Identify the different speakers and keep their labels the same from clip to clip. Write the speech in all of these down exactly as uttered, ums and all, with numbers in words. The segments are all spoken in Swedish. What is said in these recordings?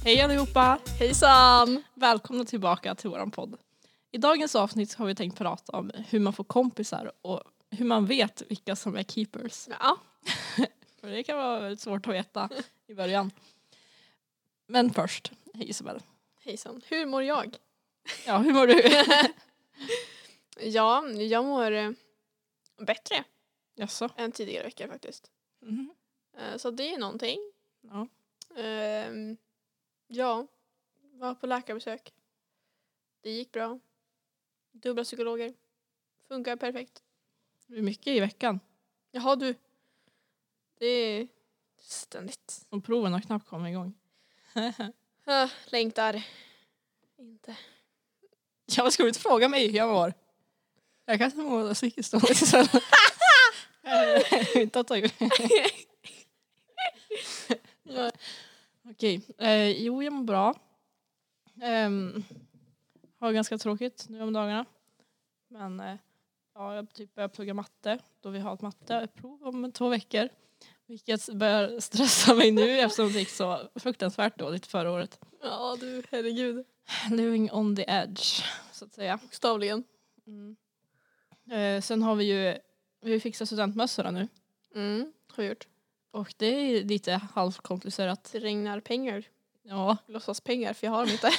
Speaker 1: Hej allihopa!
Speaker 2: Hejsan!
Speaker 1: Välkomna tillbaka till våran podd. I dagens avsnitt har vi tänkt prata om hur man får kompisar och hur man vet vilka som är keepers.
Speaker 2: Ja.
Speaker 1: För det kan vara väldigt svårt att veta i början. Men först, hej Isabel.
Speaker 2: Hejsan. Hur mår jag?
Speaker 1: Ja, hur mår du?
Speaker 2: Ja, jag mår eh, bättre
Speaker 1: Jaså?
Speaker 2: än tidigare veckor faktiskt.
Speaker 1: Mm.
Speaker 2: Eh, så det är någonting.
Speaker 1: Ja.
Speaker 2: Ehm, ja, var på läkarbesök. Det gick bra. Dubbla psykologer. Funkar perfekt.
Speaker 1: Det är mycket i veckan.
Speaker 2: Jaha du. Det är ständigt.
Speaker 1: Och proven har knappt kommit igång.
Speaker 2: Ah, längtar. Inte.
Speaker 1: Ja, vad ska du inte fråga mig hur jag mår? Jag kan inte må psykiskt dåligt istället. Inte att ta ju. Okej, eh, jo jag mår bra. Um, har ganska tråkigt nu om dagarna. Men eh, ja, jag typ börjar plugga matte. Då vi har ett matteprov om två veckor. Vilket börjar stressa mig nu eftersom det gick så fruktansvärt dåligt förra året.
Speaker 2: Ja du, herregud.
Speaker 1: Living on the edge, så att säga.
Speaker 2: Bokstavligen.
Speaker 1: Mm. Eh, sen har vi ju vi fixat studentmössorna nu.
Speaker 2: Mm, har vi gjort.
Speaker 1: Och det är lite halvkomplicerat.
Speaker 2: Det regnar pengar.
Speaker 1: Ja.
Speaker 2: Låtsas pengar, för jag har dem inte.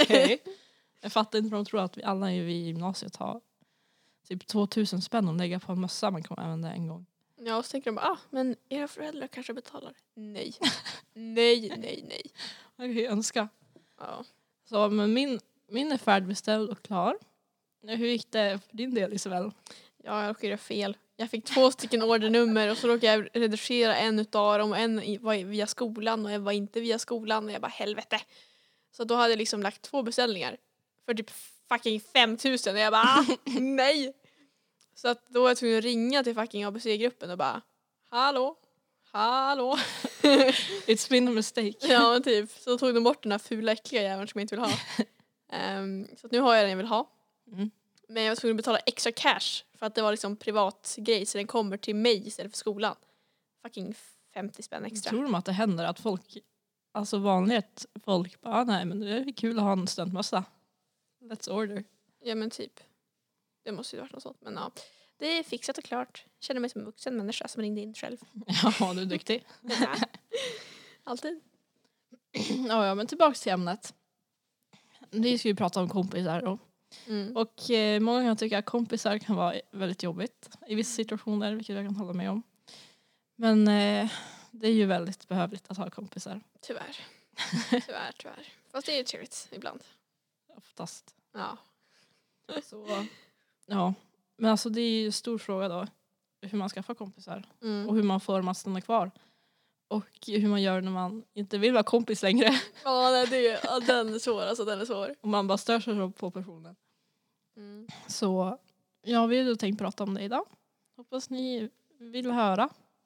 Speaker 1: Jag fattar inte, de tror att vi alla i gymnasiet har typ tvåtusen spänn att lägga på en mössa man kommer använda en gång.
Speaker 2: Ja, och så tänker de bara, ah, men era föräldrar kanske betalar. Nej. nej, nej, nej.
Speaker 1: Jag kan ju önska.
Speaker 2: Ja.
Speaker 1: Så men min, min är färdigbeställd och klar. Hur gick det för din del, Isabel?
Speaker 2: Ja, jag råkade göra fel. Jag fick två stycken ordernummer och så råkade jag redigera en utav dem och en var via skolan och en var inte via skolan och jag bara helvete. Så då hade jag liksom lagt två beställningar för typ fucking femtusen och jag bara ah, nej. Så att då var jag tvungen att ringa till fucking A B C-gruppen och bara hallå, hallå.
Speaker 1: It's been a mistake.
Speaker 2: Ja, men typ. Så tog de bort den här fula äckliga jäveln som jag inte vill ha. Um, så att nu har jag den jag vill ha.
Speaker 1: Mm.
Speaker 2: Men jag var tvungen att betala extra cash för att det var liksom privat grej så den kommer till mig istället för skolan. Fucking femtio spänn extra.
Speaker 1: Tror de att det händer att folk, alltså vanligt folk bara, nej men det är kul att ha en studentmössa. Let's order.
Speaker 2: Ja men typ. Det måste ju varit något sånt. Men ja, det är fixat och klart. Känner mig som en vuxen människa som ringde in själv.
Speaker 1: Ja, du är duktig.
Speaker 2: Ja. Alltid.
Speaker 1: Ja, ja, men tillbaka till ämnet. Vi ska ju prata om kompisar då.
Speaker 2: Mm.
Speaker 1: Och eh, många kan tycka att kompisar kan vara väldigt jobbigt i vissa situationer, vilket jag kan hålla med om. Men eh, det är ju väldigt behövligt att ha kompisar.
Speaker 2: Tyvärr. Tyvärr, tyvärr. Fast det är trevligt ibland.
Speaker 1: Oftast.
Speaker 2: Ja.
Speaker 1: Så, ja. Men alltså det är ju en stor fråga då. Hur man skaffar kompisar.
Speaker 2: Mm.
Speaker 1: Och hur man får dem att stanna kvar. Och hur man gör när man inte vill vara kompis längre.
Speaker 2: Ja, nej, det är, ja, den är svår. Alltså, den är svår.
Speaker 1: Och man bara stör sig på personen.
Speaker 2: Mm.
Speaker 1: Så ja, vi har då tänkt prata om det idag. Hoppas ni vill höra.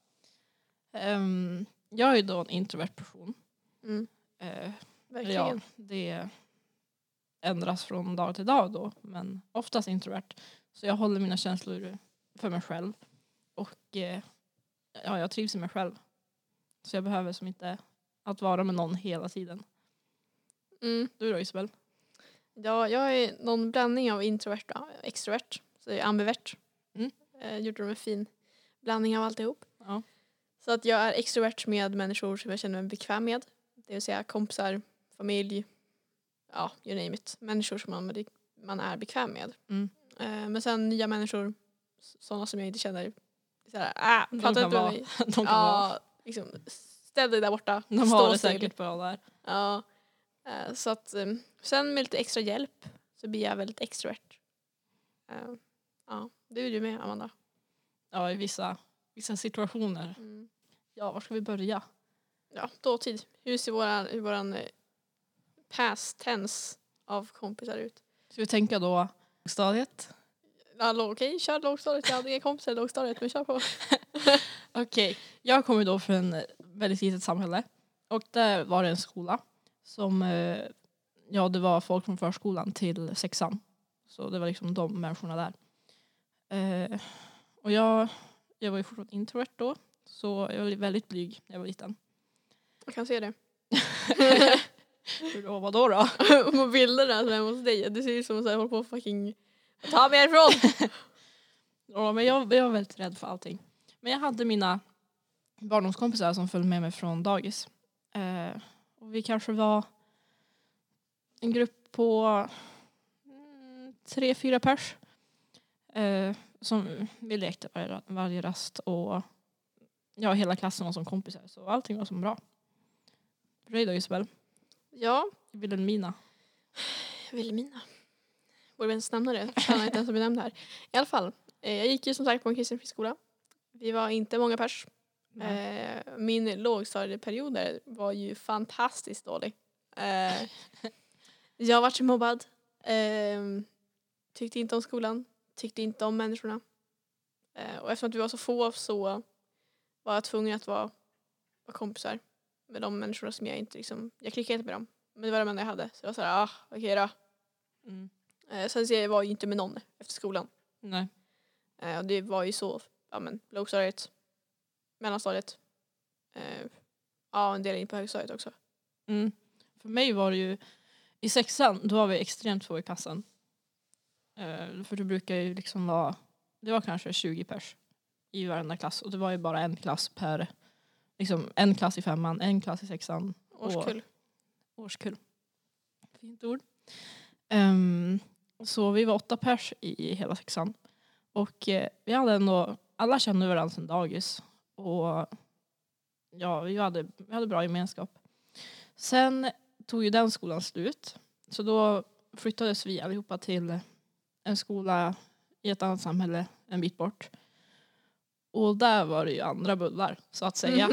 Speaker 1: Um, jag är ju då en introvert person.
Speaker 2: Mm.
Speaker 1: Uh,
Speaker 2: Verkligen.
Speaker 1: ja, det ändras från dag till dag då. Men oftast introvert. Så jag håller mina känslor för mig själv. Och uh, ja, jag trivs i mig själv. Så jag behöver som inte att vara med någon hela tiden.
Speaker 2: Mm.
Speaker 1: Du då, Isabel?
Speaker 2: Ja, jag är någon blandning av introvert och extrovert. Så jag är ambivert.
Speaker 1: Mm.
Speaker 2: Eh, gjorde de en fin blandning av alltihop.
Speaker 1: Ja.
Speaker 2: Så att jag är extrovert med människor som jag känner mig bekväm med. Det vill säga kompisar, familj, ja, you name it. Människor som man, man är bekväm med.
Speaker 1: Mm.
Speaker 2: Eh, men sen nya människor, sådana som jag inte känner. Så här, ah,
Speaker 1: De
Speaker 2: prata
Speaker 1: kan
Speaker 2: inte med
Speaker 1: vara.
Speaker 2: mig.
Speaker 1: De kan vara.
Speaker 2: Ja, liksom, ställ dig där borta.
Speaker 1: De
Speaker 2: Stå
Speaker 1: har det
Speaker 2: still.
Speaker 1: säkert bra där.
Speaker 2: Ja, eh, så att eh, sen med lite extra hjälp så blir jag väldigt extrovert. Eh, ja, det är du med, Amanda.
Speaker 1: Ja, i vissa, vissa situationer.
Speaker 2: Mm.
Speaker 1: Ja, var ska vi börja?
Speaker 2: Ja, dåtid. Hur ser våran, hur våran eh, past tense av kompisar ut?
Speaker 1: Ska vi tänka då stadiet?
Speaker 2: Ja, låg, okej, kör lågstadiet. Jag hade inga kompisar i lågstadiet, men kör på.
Speaker 1: Okej, okay. Jag kommer då från en väldigt litet samhälle. Och där var det en skola som, eh, ja det var folk från förskolan till sexan. Så det var liksom de människorna där. Eh, och jag, jag var ju fortfarande introvert då. Så jag var väldigt blyg när jag var liten.
Speaker 2: Jag kan se det.
Speaker 1: Och vadå då?
Speaker 2: På bilderna som är hos dig. Det ser ut som att jag håller på att fucking ta mig härifrån.
Speaker 1: Ja, men jag, jag var väldigt rädd för allting. Men jag hade mina barndomskompisar som följde med mig från dagis. Eh, och vi kanske var en grupp på mm, tre, fyra pers. Eh, som vi lekte varje, varje rast. Och ja, hela klassen var som kompisar. Så allting var som bra. För dig då, Isabel?
Speaker 2: Ja,
Speaker 1: I Vilhelmina.
Speaker 2: Vilhelmina. Borde vi ens nämna det? Jag inte ens bli nämnd här. I alla fall, eh, jag gick ju som sagt på en kristen friskola. Vi var inte många pers. Eh, min lågstadieperiod där var ju fantastiskt dålig. Eh, jag var så mobbad. Eh, tyckte inte om skolan. Tyckte inte om människorna. Eh, och eftersom att vi var så få så var jag tvungen att vara, vara kompisar med de människorna som jag inte liksom, jag klickade inte med dem. Men det var de enda jag hade. Så jag var såhär, ah, okej okay då.
Speaker 1: Mm.
Speaker 2: Eh, sen så jag var ju inte med någon efter skolan.
Speaker 1: Nej.
Speaker 2: Eh, och det var ju så, ja men, lågstadiet, mellanstadiet. Eh, ja, en del in på högstadiet också.
Speaker 1: Mm. För mig var det ju, i sexan, då var vi extremt få i klassen. Eh, för det brukar ju liksom vara, det var kanske tjugo pers i varenda klass. Och det var ju bara en klass per, liksom en klass i femman, en klass i sexan.
Speaker 2: Årskull.
Speaker 1: Och, årskull. Fint ord. Um, så vi var åtta pers i hela sexan. Och eh, vi hade ändå, alla kände varandra sedan dagis. Och ja, vi hade, vi hade bra gemenskap. Sen tog ju den skolan slut. Så då flyttades vi allihopa till en skola i ett annat samhälle en bit bort. Och där var det ju andra bullar, så att säga.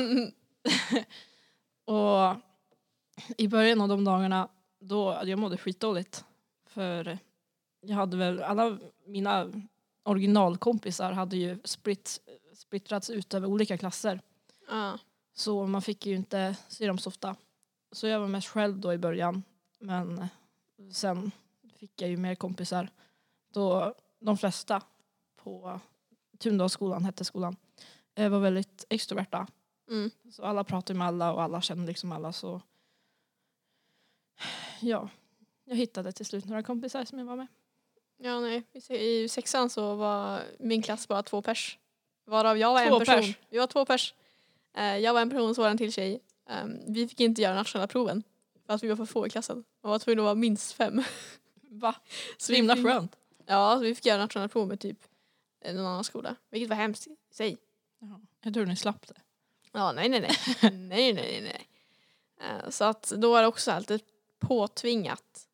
Speaker 1: Och i början av de dagarna då jag mådde skitdåligt. För jag hade väl, alla mina originalkompisar hade ju splitt, splittrats ut över olika klasser.
Speaker 2: Ah.
Speaker 1: Så man fick ju inte se dem så ofta. Så jag var mest själv då i början. Men sen fick jag ju mer kompisar. Då de flesta på Tundalsskolan, hette skolan, var väldigt extroverta.
Speaker 2: Mm.
Speaker 1: Så alla pratade med alla och alla kände liksom alla. Så ja, jag hittade till slut några kompisar som jag var med.
Speaker 2: Ja, nej. I sexan så var min klass bara två pers. Varav jag var
Speaker 1: två
Speaker 2: en person.
Speaker 1: Pers.
Speaker 2: Vi var två pers. Uh, jag var en person, så var en till tjej. Um, vi fick inte göra nationella proven. För att vi var för få i klassen. Man var tvungen att vara minst fem.
Speaker 1: Va?
Speaker 2: Så
Speaker 1: himla
Speaker 2: fick,
Speaker 1: skönt.
Speaker 2: Ja, så vi fick göra nationella prov med typ någon annan skola. Vilket var hemskt i sig.
Speaker 1: Jaha. Jag tror ni slapp det.
Speaker 2: Ja, nej, nej, nej. nej, nej, nej. Uh, så att då var det också alltid påtvingat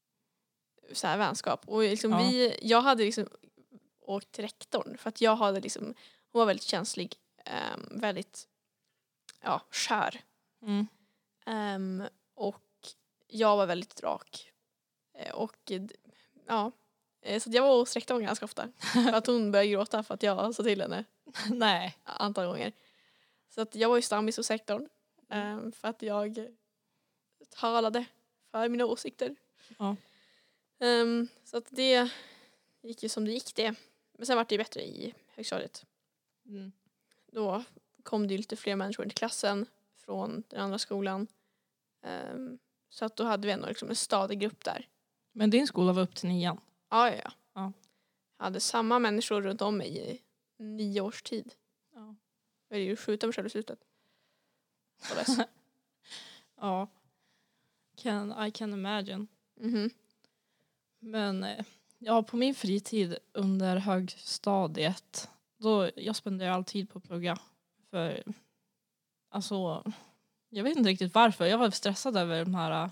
Speaker 2: så här vänskap. Och liksom
Speaker 1: Ja.
Speaker 2: vi, jag hade liksom åkt till rektorn. För att jag hade liksom, hon var väldigt känslig. Um, väldigt, ja, skär.
Speaker 1: Mm.
Speaker 2: Um, och jag var väldigt rak. Uh, och ja, så jag var hos rektorn ganska ofta. För att hon började gråta för att jag sa till henne.
Speaker 1: Nej.
Speaker 2: Antal gånger. Så att jag var ju stammis hos rektorn. Um, för att jag talade för mina åsikter.
Speaker 1: Ja.
Speaker 2: Um, så att det gick ju som det gick det. Men sen var det ju bättre i högstadiet.
Speaker 1: Mm.
Speaker 2: Då kom det ju lite fler människor till klassen från den andra skolan. Um, så att då hade vi ändå liksom en stadig grupp där.
Speaker 1: Men din skola var upp till nian?
Speaker 2: Ja, ja, ja.
Speaker 1: Ja.
Speaker 2: Jag hade samma människor runt om mig i nio års tid.
Speaker 1: Ja.
Speaker 2: Jag är ju skjuta mig själv i slutet. Så less.
Speaker 1: Ja. Can, I can imagine.
Speaker 2: Mhm.
Speaker 1: Men eh, ja, på min fritid under högstadiet, då jag spenderade all tid på att plugga. För alltså, jag vet inte riktigt varför. Jag var stressad över de här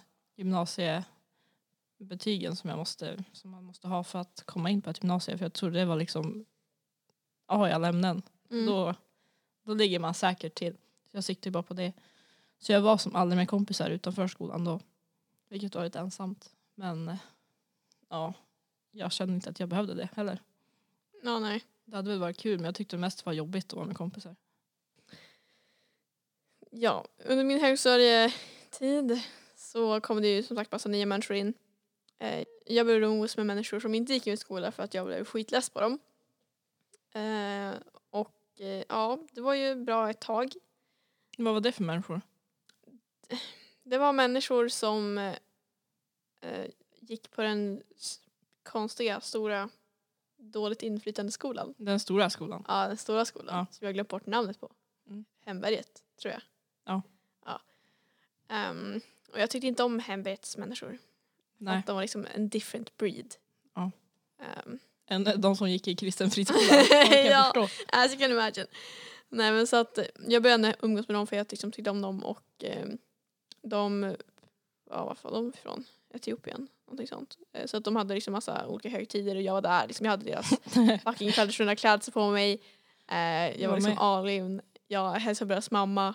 Speaker 1: gymnasiebetygen som jag måste, som man måste ha för att komma in på ett gymnasium. För jag tror det var liksom, ja, i alla ämnen.
Speaker 2: Mm.
Speaker 1: Då, då ligger man säkert till. Så jag siktade bara på det. Så jag var som aldrig med kompisar utanför skolan då. Vilket var lite ensamt. Men eh, ja, jag kände inte att jag behövde det heller.
Speaker 2: Ja, nej.
Speaker 1: Det hade väl varit kul, men jag tyckte det mest var jobbigt att vara med kompisar.
Speaker 2: Ja, under min högstadietid så kom det ju som sagt massa nya människor in. Eh, jag började umgås med människor som inte gick i min skola för att jag blev skitless på dem. Eh, och eh, ja, det var ju bra ett tag.
Speaker 1: Vad var det för människor?
Speaker 2: Det var människor som eh, gick på den s- konstiga, stora, dåligt inflytande skolan.
Speaker 1: Den stora skolan.
Speaker 2: Ja, den stora skolan.
Speaker 1: Ja.
Speaker 2: Som jag har glömt bort namnet på.
Speaker 1: Mm.
Speaker 2: Hemberget, tror jag.
Speaker 1: Ja.
Speaker 2: ja. Um, och jag tyckte inte om Hembergets människor.
Speaker 1: Nej.
Speaker 2: Att de var liksom en different breed.
Speaker 1: Ja.
Speaker 2: Um,
Speaker 1: Än de som gick i kristen friskola. Kan jag
Speaker 2: Ja.
Speaker 1: förstå.
Speaker 2: As you can imagine. Nej, men så att jag började umgås med dem för jag liksom tyckte om dem och eh, de, ja, vad var de ifrån? Etiopien, någonting sånt. Eh, så att de hade liksom massa olika högtider och jag var där. Liksom, jag hade deras fucking traditionella klädsel på mig. Eh, jag
Speaker 1: Jag
Speaker 2: var liksom
Speaker 1: med.
Speaker 2: all in. Jag hälsade på deras mamma.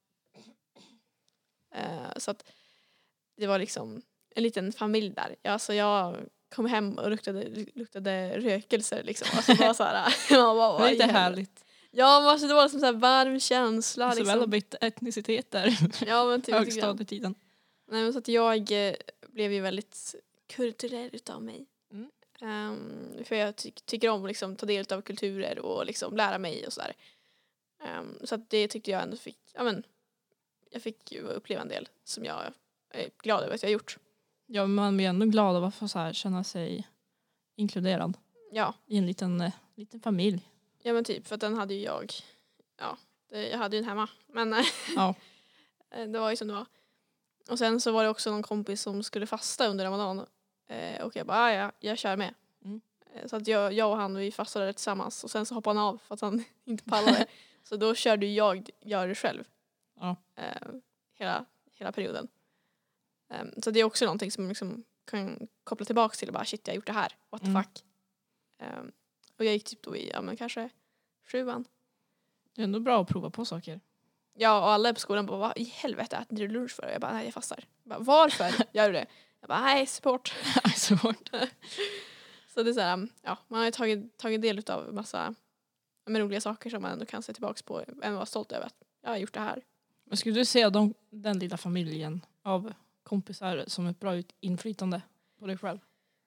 Speaker 2: Eh, så att det var liksom en liten familj där. Ja, alltså jag kom hem och luktade, luktade rökelser liksom. Alltså det var så här, jag bara,
Speaker 1: Det är
Speaker 2: vad
Speaker 1: lite
Speaker 2: i helvete?
Speaker 1: härligt.
Speaker 2: Ja, men alltså det var liksom så här varm känsla.
Speaker 1: Så väl
Speaker 2: Liksom.
Speaker 1: har bytt etnicitet där.
Speaker 2: Ja, men typ, typ,
Speaker 1: Högstadietiden.
Speaker 2: Nej, men så att jag eh, blev ju väldigt kulturell utav mig.
Speaker 1: Mm.
Speaker 2: Um, för jag ty- tycker om att liksom, ta del av kulturer och liksom, lära mig och sådär. Um, så att det tyckte jag ändå fick, ja men, jag fick ju uppleva en del som jag är glad över att jag har gjort.
Speaker 1: Ja, men man blir ändå glad av att få så här, känna sig inkluderad
Speaker 2: Ja,
Speaker 1: i en liten, eh, liten familj.
Speaker 2: ja men typ, för att den hade ju jag, ja, det, jag hade ju en hemma. Men
Speaker 1: Ja.
Speaker 2: det var ju som det var. Och sen så var det också någon kompis som skulle fasta under ramadan. Eh, och jag bara, ah, ja, jag kör med.
Speaker 1: Mm.
Speaker 2: Eh, så att jag, jag och han, vi fastade tillsammans. Och sen så hoppade han av för att han inte pallade. Så då körde jag, gör det själv.
Speaker 1: Ja.
Speaker 2: Eh, hela, hela perioden. Eh, så det är också någonting som liksom kan koppla tillbaka till. Bara, shit, jag har gjort det här. What the
Speaker 1: Mm.
Speaker 2: fuck. Eh, och jag gick typ då i, ja men kanske sjuan.
Speaker 1: Det är ändå bra att prova på saker.
Speaker 2: Ja, och alla på skolan bara, vad i helvete äter inte du lunch för? Jag bara, nej jag fastar. Jag bara, varför gör du det? Jag bara, nej, support.
Speaker 1: Svårt.
Speaker 2: Så det är så här, ja, man har ju tagit, tagit del av massa med roliga saker som man ändå kan se tillbaka på. Även vara stolt över att jag har gjort det här.
Speaker 1: Men skulle du se de, den lilla familjen av kompisar som ett bra ut- inflytande på dig själv?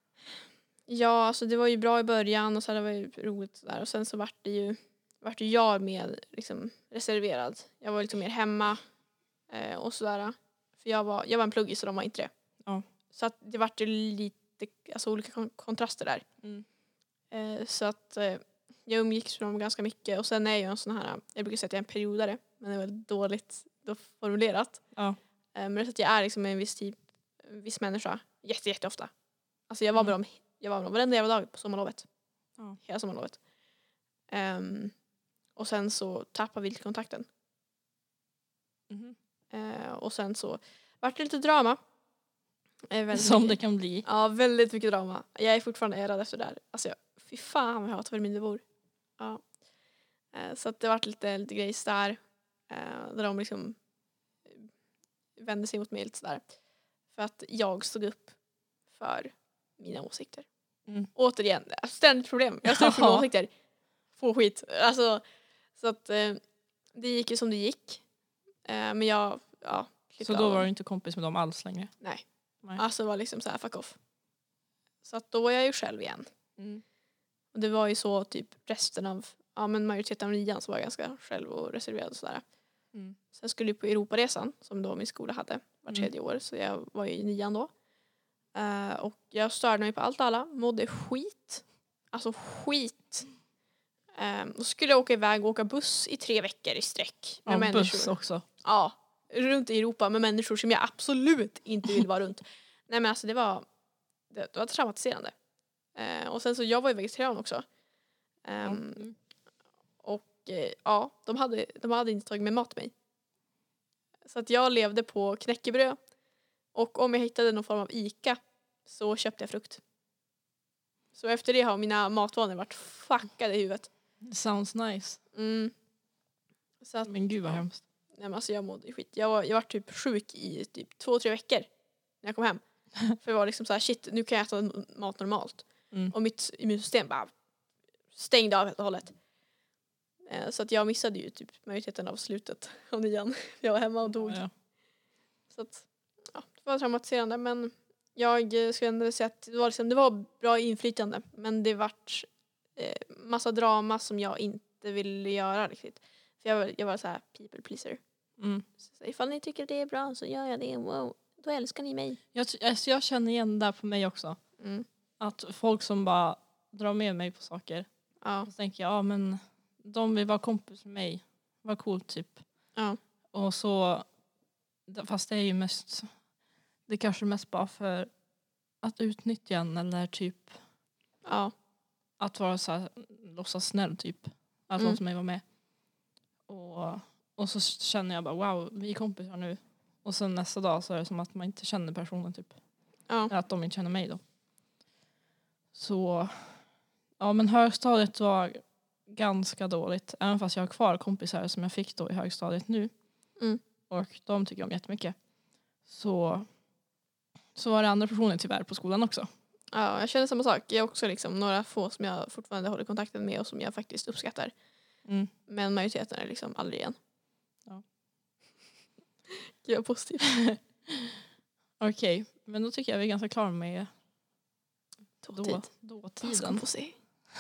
Speaker 2: Ja, alltså det var ju bra i början och så det var ju roligt där. Och sen så vart det ju, vart ju jag mer liksom reserverad. Jag var lite mer hemma eh, och sådär. För jag var, jag var en pluggis och de var inte det.
Speaker 1: Ja.
Speaker 2: Så att det vart ju lite, alltså olika kon- kontraster där.
Speaker 1: Mm.
Speaker 2: Eh, så att eh, jag umgicks med dem ganska mycket. Och sen är jag ju en sån här, jag brukar säga att jag är en periodare. Men det är väldigt dåligt då formulerat.
Speaker 1: Ja.
Speaker 2: Eh, men det är så att jag är liksom en viss typ, en viss människa. Jätte, jätte ofta. Alltså jag var med
Speaker 1: Mm.
Speaker 2: dem, jag var med dem varenda jävla dag på sommarlovet.
Speaker 1: Ja.
Speaker 2: Hela sommarlovet. Um, och sen så tappade vi lite kontakten.
Speaker 1: Mhm.
Speaker 2: Uh, och sen så vart det lite drama. Eh, väldigt
Speaker 1: Som
Speaker 2: mycket.
Speaker 1: det kan bli.
Speaker 2: Ja, väldigt mycket drama. Jag är fortfarande ärad efter det där. Alltså, jag, fy fan vad jag hatar Värmdöbor. Ja. Eh, så att det vart lite, lite grejs där. Eh, där de liksom vände sig mot mig lite sådär. För att jag stod upp för mina åsikter.
Speaker 1: Mm.
Speaker 2: Återigen, ständigt problem. Jag står upp för mina
Speaker 1: Ja.
Speaker 2: åsikter. Få skit. Alltså, så att eh, det gick ju som det gick. Eh, men jag, ja.
Speaker 1: Så
Speaker 2: klippte
Speaker 1: då
Speaker 2: av
Speaker 1: var
Speaker 2: dem.
Speaker 1: du inte kompis med dem alls längre?
Speaker 2: Nej.
Speaker 1: Nej.
Speaker 2: Alltså var liksom så här fuck off. Så att då var jag ju själv igen.
Speaker 1: Mm.
Speaker 2: Och det var ju så typ resten av, ja men majoriteten av nian så var jag ganska själv och reserverad och sådär.
Speaker 1: Mm.
Speaker 2: Sen skulle jag på Europaresan som då min skola hade var tredje
Speaker 1: Mm.
Speaker 2: år. Så jag var ju i nian då. Uh, och jag störde mig på allt och alla. Mådde skit. Alltså skit. Um, och skulle jag åka iväg och åka buss i tre veckor i sträck. Med
Speaker 1: Ja,
Speaker 2: människor.
Speaker 1: buss också.
Speaker 2: Ja, runt i Europa med människor som jag absolut inte vill vara runt. Nej men alltså det var det, det var traumatiserande. Eh, och sen så jag var ju vegetarian också. Ehm,
Speaker 1: Mm.
Speaker 2: Och eh, ja, de hade, de hade inte tagit med mat till mig. Så att jag levde på knäckebröd. Och om jag hittade någon form av Ica så köpte jag frukt. Så efter det har mina matvanor varit fuckade i huvudet.
Speaker 1: Sounds nice.
Speaker 2: Mm. Så att,
Speaker 1: Men gud vad
Speaker 2: ja.
Speaker 1: hemskt.
Speaker 2: Nej men alltså jag mådde ju skit. Jag var, jag var typ sjuk i typ två, tre veckor när jag kom hem. För det var liksom så här, shit, nu kan jag äta mat normalt.
Speaker 1: Mm.
Speaker 2: Och mitt immunsystem bara stängde av helt och hållet. Eh, så att jag missade ju typ majoriteten av slutet av nian. Jag var hemma och dog.
Speaker 1: Ja.
Speaker 2: Så att, ja, det var traumatiserande. Men jag eh, skulle ändå säga att det var, liksom, det var bra inflytande. Men det vart eh, massa drama som jag inte ville göra riktigt. För jag var, jag var så här people pleaser.
Speaker 1: Mm.
Speaker 2: Så ifall ni tycker det är bra så gör jag det. Wow, då älskar ni mig.
Speaker 1: Jag, alltså jag känner igen det där på mig också.
Speaker 2: Mm.
Speaker 1: Att folk som bara drar med mig på saker.
Speaker 2: Ja.
Speaker 1: Och så tänker jag, ja men de vill vara kompis med mig. Vad coolt typ.
Speaker 2: Ja.
Speaker 1: Och så, fast det är ju mest, det är kanske mest bara för att utnyttja en eller typ
Speaker 2: Ja.
Speaker 1: att vara så här, låtsas snäll typ. Att
Speaker 2: Mm.
Speaker 1: låta mig vara med. Och, och så känner jag bara, wow, vi är kompisar nu. Och sen nästa dag så är det som att man inte känner personen typ.
Speaker 2: Ja.
Speaker 1: Eller att de inte känner mig då. Så, ja men högstadiet var ganska dåligt. Även fast jag har kvar kompisar som jag fick då i högstadiet nu.
Speaker 2: Mm.
Speaker 1: Och de tycker om jättemycket. Så, så var det andra personer tyvärr på skolan också.
Speaker 2: Ja, jag känner samma sak. Jag har också liksom några få som jag fortfarande håller kontakten med och som jag faktiskt uppskattar.
Speaker 1: Mm.
Speaker 2: Men majoriteten är liksom aldrig igen.
Speaker 1: Ja.
Speaker 2: Gud, vad positivt.
Speaker 1: Okej, men då tycker jag vi är ganska klara med
Speaker 2: Dåtid.
Speaker 1: då,
Speaker 2: Vad
Speaker 1: dåtiden.
Speaker 2: ska man få se?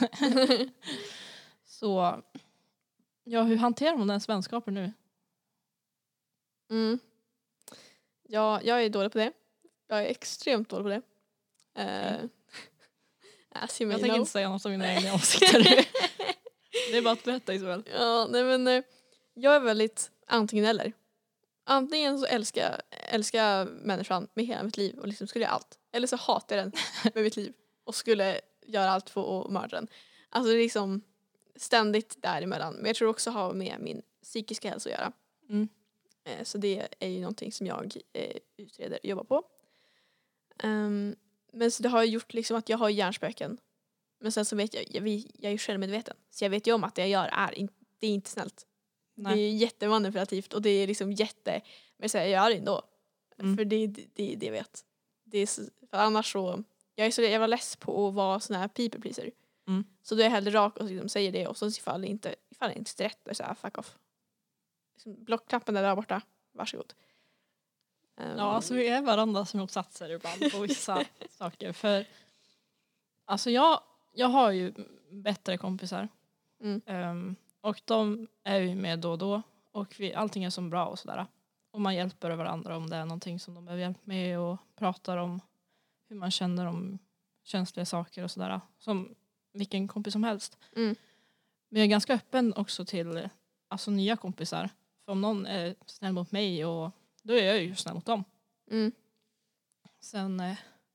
Speaker 1: Så, ja, hur hanterar hon den vänskapen nu?
Speaker 2: Mm. Ja, jag är dålig på det. Jag är extremt dålig på det. Uh, as you may
Speaker 1: Jag tänker
Speaker 2: know.
Speaker 1: inte säga något om mina egna åsikter. Det är bara att berätta Isabel.
Speaker 2: Ja, nej men eh, jag är väldigt antingen eller. Antingen så älskar jag älskar människan med hela mitt liv och liksom skulle göra allt. Eller så hatar jag den med mitt liv och skulle göra allt för att mörda den. Alltså det är liksom ständigt däremellan. Men jag tror också ha med min psykiska hälsa att göra.
Speaker 1: Mm.
Speaker 2: Eh, så det är ju någonting som jag eh, utreder och jobbar på. Um, men så det har gjort liksom att jag har hjärnspöken. Men sen så vet jag, jag, jag är ju självmedveten. Så jag vet ju om att det jag gör är, in, det är inte snällt.
Speaker 1: Nej.
Speaker 2: Det är jättemanipulativt och det är liksom jätte... Men så jag gör det ändå.
Speaker 1: Mm.
Speaker 2: För det, det, det, det jag vet. Det är så, för annars så... Jag är så jävla less på att vara sån här people pleaser.
Speaker 1: Mm.
Speaker 2: Så då är jag hellre rak och liksom säger det. Och så ifall det inte, ifall det inte är rätt, då är så här, fuck off. Liksom, blockknappen är där borta. Varsågod. Um,
Speaker 1: Ja, alltså vi är varandras motsatser ibland på vissa saker. För alltså jag, jag har ju bättre kompisar.
Speaker 2: Mm.
Speaker 1: Um, och de är ju med då och då. Och vi, allting är så bra och sådär. Och man hjälper varandra om det är någonting som de behöver hjälp med. Och pratar om hur man känner om känsliga saker och sådär. Som vilken kompis som helst.
Speaker 2: Mm.
Speaker 1: Men jag är ganska öppen också till alltså, nya kompisar. För om någon är snäll mot mig och då är jag ju snäll mot dem.
Speaker 2: Mm.
Speaker 1: Sen, eh,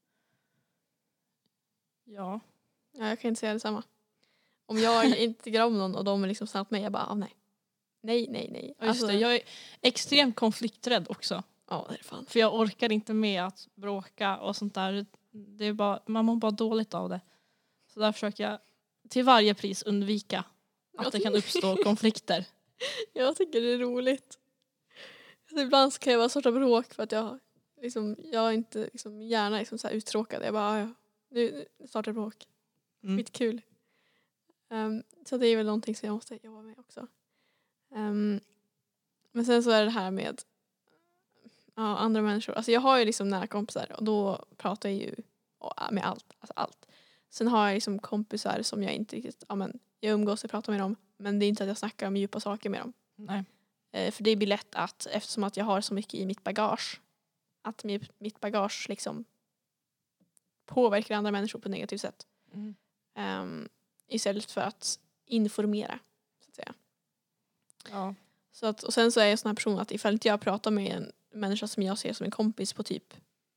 Speaker 1: ja.
Speaker 2: Ja, jag kan inte säga detsamma. Om jag inte tycker om någon och de är liksom snabbt med, jag bara, ah, nej. Nej, nej, nej.
Speaker 1: Ja, just det. Jag är extremt konflikträdd också.
Speaker 2: Ja, det är fan.
Speaker 1: För jag orkar inte med att bråka och sånt där. Det är bara, man mår bara dåligt av det. Så där försöker jag till varje pris undvika att det kan uppstå konflikter.
Speaker 2: Jag tycker det är roligt. Så ibland så kan jag vara sorta bråk för att jag liksom, jag är inte liksom, gärna liksom, så här uttråkad. Jag bara, ja, nu startar bråk.
Speaker 1: Mm.
Speaker 2: Skitkul. Um, så det är väl någonting som jag måste jobba med också. Um, men sen så är det här med ja, andra människor. Alltså jag har ju liksom nära kompisar och då pratar jag ju med allt. Alltså allt. Sen har jag liksom kompisar som jag inte riktigt, ja men jag umgås och pratar med dem. Men det är inte att jag snackar om djupa saker med dem.
Speaker 1: Nej.
Speaker 2: Eh, för det blir lätt att, eftersom att jag har så mycket i mitt bagage, att mitt, mitt bagage liksom påverkar andra människor på ett negativt sätt.
Speaker 1: Mm.
Speaker 2: Um, istället för att informera, så att säga.
Speaker 1: Ja.
Speaker 2: Så att, och sen så är jag en sån här person att ifall inte jag pratar med en människa som jag ser som en kompis på typ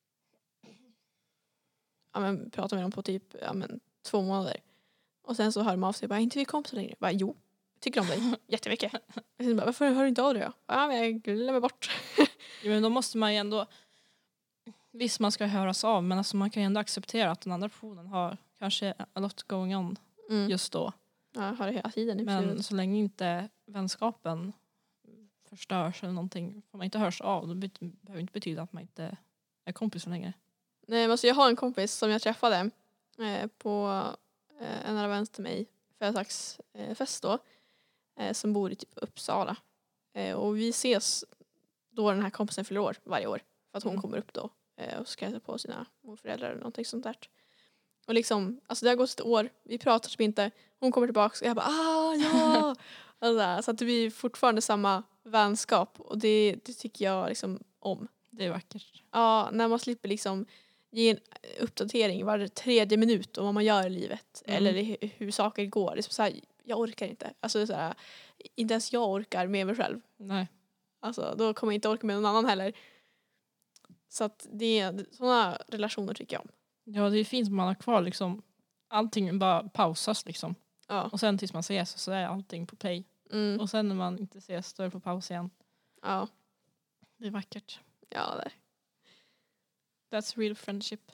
Speaker 2: ja men pratar med dem på typ ja men två månader. Och sen så hör de av sig och bara, inte vi kompisar längre? Jag bara, jo, jag tycker om dig jättemycket. Och sen bara, varför hör du inte av dig då? Ja, men jag glömmer bort.
Speaker 1: Jo, men då måste man ju ändå, visst man ska höras av, men alltså man kan ju ändå acceptera att den andra personen har kanske a lot going on
Speaker 2: Mm.
Speaker 1: just då.
Speaker 2: Ja, jag har det hela tiden.
Speaker 1: Men så länge inte vänskapen förstörs eller någonting, får man inte hörs av, då bet- behöver inte betyda att man inte är kompis för länge.
Speaker 2: Nej, men alltså jag har en kompis som jag träffade eh, på eh, en av vänster till mig företagsfest då, eh, som bor i typ Uppsala. Eh, och vi ses då den här kompisen fyller år varje år för att hon
Speaker 1: Mm.
Speaker 2: kommer upp då eh, och ska hälsa på sina morföräldrar eller någonting sånt där. Och liksom, alltså det har gått ett år, vi pratar typ inte, hon kommer tillbaka och jag bara, ah ja! Alltså, så att vi är fortfarande samma vänskap. Och det, det tycker jag liksom om.
Speaker 1: Det är vackert.
Speaker 2: Ja, när man slipper liksom ge en uppdatering var tredje minut om vad man gör i livet.
Speaker 1: Mm.
Speaker 2: Eller hur, hur saker går. Det är så här, jag orkar inte. Alltså det är så här, inte ens jag orkar med mig själv.
Speaker 1: Nej.
Speaker 2: Alltså då kommer jag inte orka med någon annan heller. Så att det är sådana relationer tycker jag om.
Speaker 1: Ja, det är fint att man har kvar liksom. Allting bara pausas liksom.
Speaker 2: Ja.
Speaker 1: Och sen tills man ses så är allting på play.
Speaker 2: Mm.
Speaker 1: Och sen när man inte ses då är det på paus igen.
Speaker 2: Ja.
Speaker 1: Det är vackert.
Speaker 2: Ja, där.
Speaker 1: That's real friendship.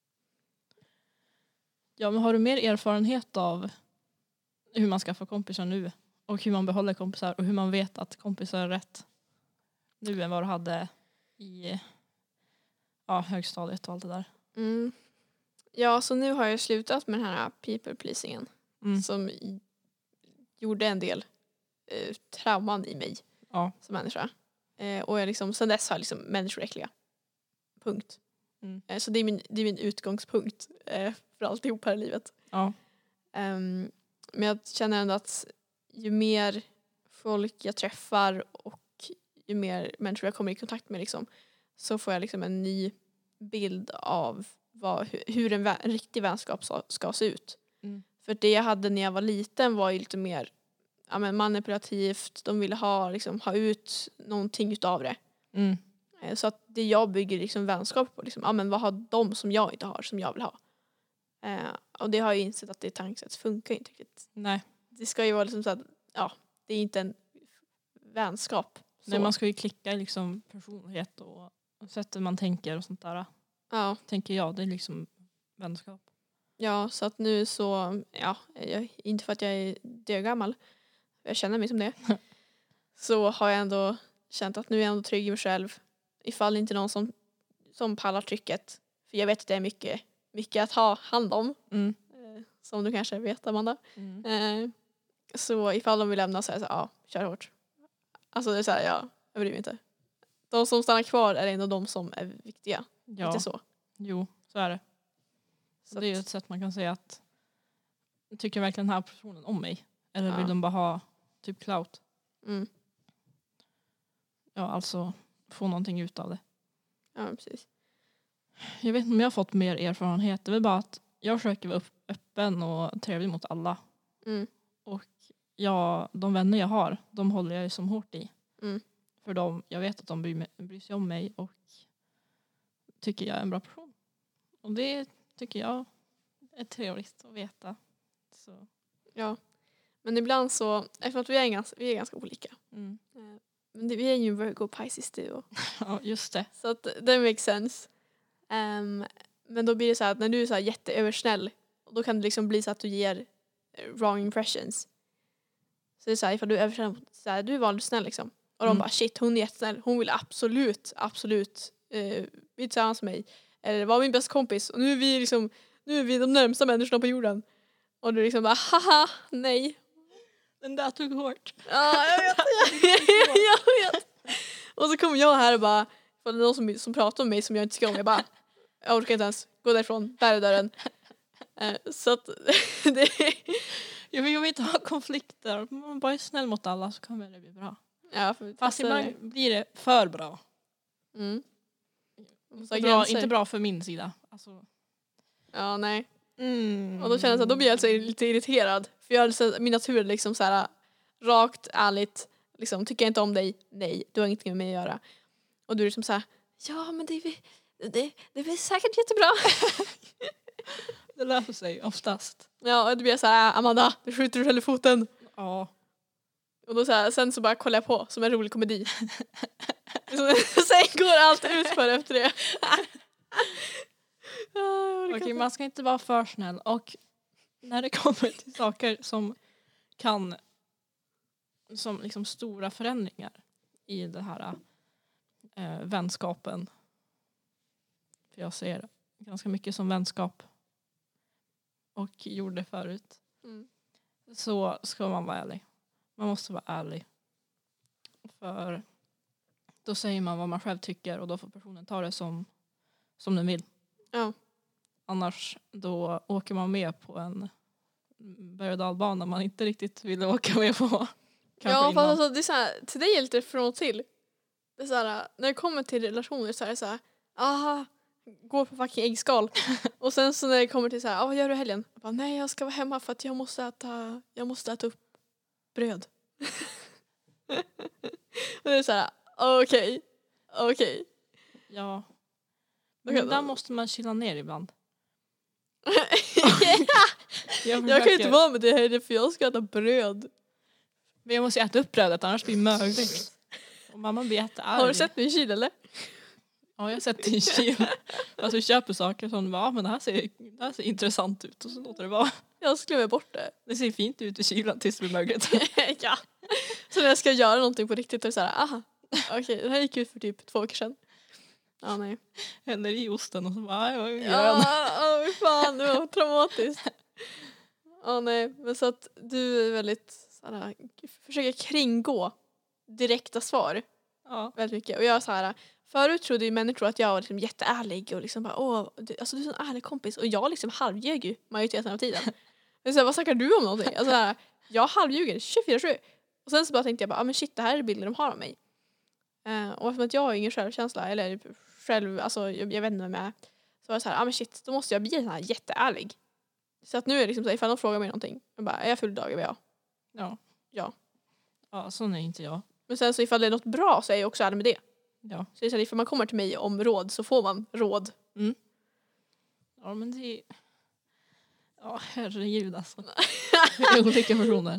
Speaker 1: Ja, men har du mer erfarenhet av hur man ska få kompisar nu? Och hur man behåller kompisar och hur man vet att kompisar är rätt nu än vad du hade i ja, högstadiet och allt det där?
Speaker 2: Mm. Ja, så nu har jag slutat med den här people pleasingen.
Speaker 1: Mm.
Speaker 2: Som i, gjorde en del eh, trauman i mig
Speaker 1: Ja.
Speaker 2: som människa. Eh, och jag liksom, sen dess har jag liksom människor äckliga. Punkt.
Speaker 1: Mm.
Speaker 2: Eh, så det är min, det är min utgångspunkt eh, för alltihop här i livet.
Speaker 1: Ja.
Speaker 2: Um, men jag känner ändå att ju mer folk jag träffar och ju mer människor jag kommer i kontakt med liksom, så får jag liksom en ny bild av vad, hur, hur en, vä- en riktig vänskap ska, ska se ut.
Speaker 1: Mm.
Speaker 2: För det jag hade när jag var liten var ju lite mer ja, men manipulativt. De ville ha, liksom, ha ut någonting utav det.
Speaker 1: Mm.
Speaker 2: Eh, Så att det jag bygger liksom vänskap på, liksom, ja, men vad har de som jag inte har, som jag vill ha? Eh, och det har jag insett att det tankesätt funkar inte riktigt.
Speaker 1: Nej.
Speaker 2: Det ska ju vara liksom så att, ja, det är inte en vänskap. Så.
Speaker 1: Nej, man ska ju klicka i liksom personlighet och sättet man tänker och sånt där.
Speaker 2: Ja,
Speaker 1: Tänker jag, det är liksom vänskap.
Speaker 2: ja, så att nu så, ja, jag, inte för att jag är dögammal, jag känner mig som det, så har jag ändå känt att nu är jag ändå trygg i mig själv. Ifall inte någon som, som pallar trycket. För jag vet att det är mycket, mycket att ha hand om.
Speaker 1: Mm.
Speaker 2: Eh, som du kanske vet, Amanda.
Speaker 1: Mm.
Speaker 2: Eh, så ifall de vill lämna så är det så här, ja, kör hårt. Alltså det är så här, ja, jag bryr mig inte. De som stannar kvar är ändå de som är viktiga.
Speaker 1: Ja,
Speaker 2: Inte så.
Speaker 1: jo, så är det.
Speaker 2: Så
Speaker 1: det är ju
Speaker 2: att-
Speaker 1: ett sätt man kan säga att tycker verkligen den här personen om mig? Eller
Speaker 2: Ja.
Speaker 1: vill de bara ha typ clout?
Speaker 2: Mm,
Speaker 1: Ja, alltså få någonting ut av det.
Speaker 2: ja, men precis.
Speaker 1: Jag vet inte om jag har fått mer erfarenhet. Det är väl bara att jag försöker vara upp- öppen och trevlig mot alla.
Speaker 2: Mm,
Speaker 1: Och jag, de vänner jag har, de håller jag ju som hårt i.
Speaker 2: Mm.
Speaker 1: För dem, jag vet att de bryr, mig, bryr sig om mig och tycker jag är en bra person. Och det tycker jag är trevligt att veta. Så.
Speaker 2: ja. Men ibland så, eftersom att vi är ganska, vi är ganska olika.
Speaker 1: Mm.
Speaker 2: Eh, Men det, vi är ju Virgo Pisces duo.
Speaker 1: Ja, just det.
Speaker 2: Så att det makes sense. Um, men då blir det så här att när du är så här jätteöversnäll, då kan det liksom bli så att du ger eh, wrong impressions. Så det är så här, ifall du är översnäll, så här, du är vanligt snäll liksom. Och de
Speaker 1: Mm.
Speaker 2: bara shit, hon är jättesnäll. Hon vill absolut, absolut eh, bli tillsammans med mig. Eller vara min bästa kompis. Och nu är vi liksom, nu är vi de närmsta människorna på jorden. Och du liksom bara haha, nej.
Speaker 1: Den där tog hårt.
Speaker 2: Ja, jag vet. jag vet. Och så kommer jag här och bara, för det är någon som, som pratar om mig som jag inte ska om, jag bara, jag orkar inte ens gå därifrån, där är dörren. Eh, så att det
Speaker 1: Jag vill, jag vill inte ha konflikter. Om man bara är snäll mot alla så kommer det bli bra.
Speaker 2: ja, för
Speaker 1: Fast
Speaker 2: passar-
Speaker 1: ibland blir det för bra.
Speaker 2: Mm.
Speaker 1: Inte bra, inte bra för min sida. Alltså.
Speaker 2: Ja, nej.
Speaker 1: Mm.
Speaker 2: Och då känner jag att då blir jag alltså lite irriterad. För jag har alltså, min natur är liksom så här rakt, ärligt, liksom, tycker jag inte om dig, nej, du har ingenting med mig att göra. Och du är liksom så här, ja men det är, väl- det, det är väl säkert jättebra.
Speaker 1: Det löser sig oftast.
Speaker 2: Ja, och då blir jag så här, Amanda, du skjuter dig själv i foten.
Speaker 1: Ja.
Speaker 2: Och då så här, sen så bara kollar jag på som en rolig komedi. Så, sen går allt ut för efter det.
Speaker 1: Okej, okay, man ska inte vara för snäll. Och när det kommer till saker som kan, som liksom stora förändringar i det här äh, vänskapen. För jag ser ganska mycket som vänskap. Och gjorde förut.
Speaker 2: Mm.
Speaker 1: Så ska man vara ärlig. Man måste vara ärlig. För då säger man vad man själv tycker och då får personen ta det som, som den vill.
Speaker 2: Ja.
Speaker 1: Annars då åker man med på en berg- och dalbana man inte riktigt ville åka med på. Kanske
Speaker 2: Ja, fast
Speaker 1: innan.
Speaker 2: alltså, det är så här, till dig är det lite från och till. Det är så här, när det kommer till relationer så är det så här, aha, går på fucking äggskal. Och sen så när det kommer till så här, ah, vad gör du i helgen? Jag bara, nej, jag ska vara hemma för att jag måste äta, jag måste äta upp bröd. Och det är så här, okej, okej.
Speaker 1: Ja. Men
Speaker 2: Okej,
Speaker 1: ibland
Speaker 2: då.
Speaker 1: måste man chilla ner ibland.
Speaker 2: Jag kan ju inte vara med det här för jag ska äta bröd.
Speaker 1: Men jag måste äta upp brödet annars blir det mögligt. Och mamma blir jättearg.
Speaker 2: Har du sett min kyl eller?
Speaker 1: Ja, jag har sett din kyl. Alltså vi köper saker som ja, men det här, ser, det här ser intressant ut och så låter det vara.
Speaker 2: Jag skrev bort det.
Speaker 1: Det ser fint ut i kylen tills det blir mögligt.
Speaker 2: Ja. Så när jag ska göra någonting på riktigt är det så här, aha, okej, okay, det här gick ut för typ två veckor sedan. Ja, nej.
Speaker 1: Häller i osten och så bara, ja, jag gör
Speaker 2: Ja, oh, fan, det var traumatiskt. Ja, nej, men så att du är väldigt såhär, försöker kringgå direkta svar
Speaker 1: Ja.
Speaker 2: väldigt mycket. Och jag är så här, förut trodde ju människor att jag var liksom jätteärlig och liksom bara, åh, du, alltså du är en ärlig kompis. Och jag liksom halvljög ju majoriteten av tiden. Men så här, vad snackar du om någonting? Alltså här, jag halvljuger tjugofyra sju. Och sen så bara tänkte jag bara, ah, men shit, det här är bilder de har av mig. Uh, och eftersom att jag har ingen självkänsla, eller själv, alltså jag, jag vet inte vem jag är. Så var jag så här, ah men shit, då måste jag bli så här jätteärlig. Så att nu är det liksom så här, ifall de frågar mig någonting, jag bara, är jag full dag? Jag bara, ja.
Speaker 1: Ja.
Speaker 2: Ja.
Speaker 1: Ja, sån är inte jag.
Speaker 2: Men sen så ifall det är något bra så är jag också ärlig med det.
Speaker 1: Ja.
Speaker 2: Så det är så här, ifall man kommer till mig om råd så får man råd.
Speaker 1: Mm. Ja, men det är... Ja, herregud alltså. Olika personer.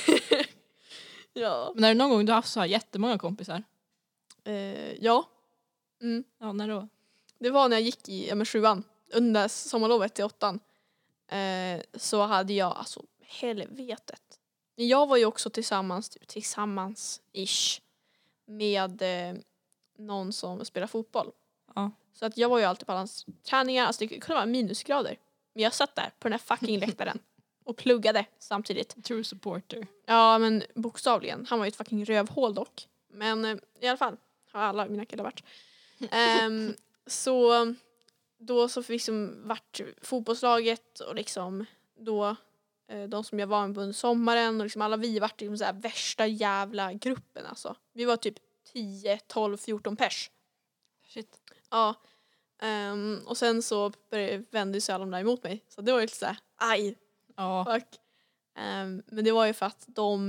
Speaker 2: Ja.
Speaker 1: Men är det någon gång du har haft så här jättemånga kompisar?
Speaker 2: Eh, ja. Mm.
Speaker 1: Ja, när då?
Speaker 2: Det var när jag gick i ja, men sjuan. Under sommarlovet till åttan. Eh, så hade jag, alltså helvetet. Jag var ju också tillsammans, typ, tillsammans-ish. Med eh, någon som spelar fotboll.
Speaker 1: Ja.
Speaker 2: Så att jag var ju alltid på hans träningar. Alltså det kunde vara minusgrader. Men jag satt där på den här fucking läktaren. Och pluggade samtidigt.
Speaker 1: True supporter.
Speaker 2: Ja, men bokstavligen. Han var ju ett fucking rövhål dock. Men eh, i alla fall har alla mina killar varit. um, så då så liksom vart fotbollslaget och liksom då eh, de som jag var med under sommaren och liksom alla vi vart liksom så här värsta jävla gruppen alltså. Vi var typ tio, tolv, fjorton pers.
Speaker 1: Shit.
Speaker 2: Ja. Um, och sen så började, vände sig alla de där emot mig. Så det var ju lite så här, aj.
Speaker 1: Ja.
Speaker 2: Fuck. Um, men det var ju för att de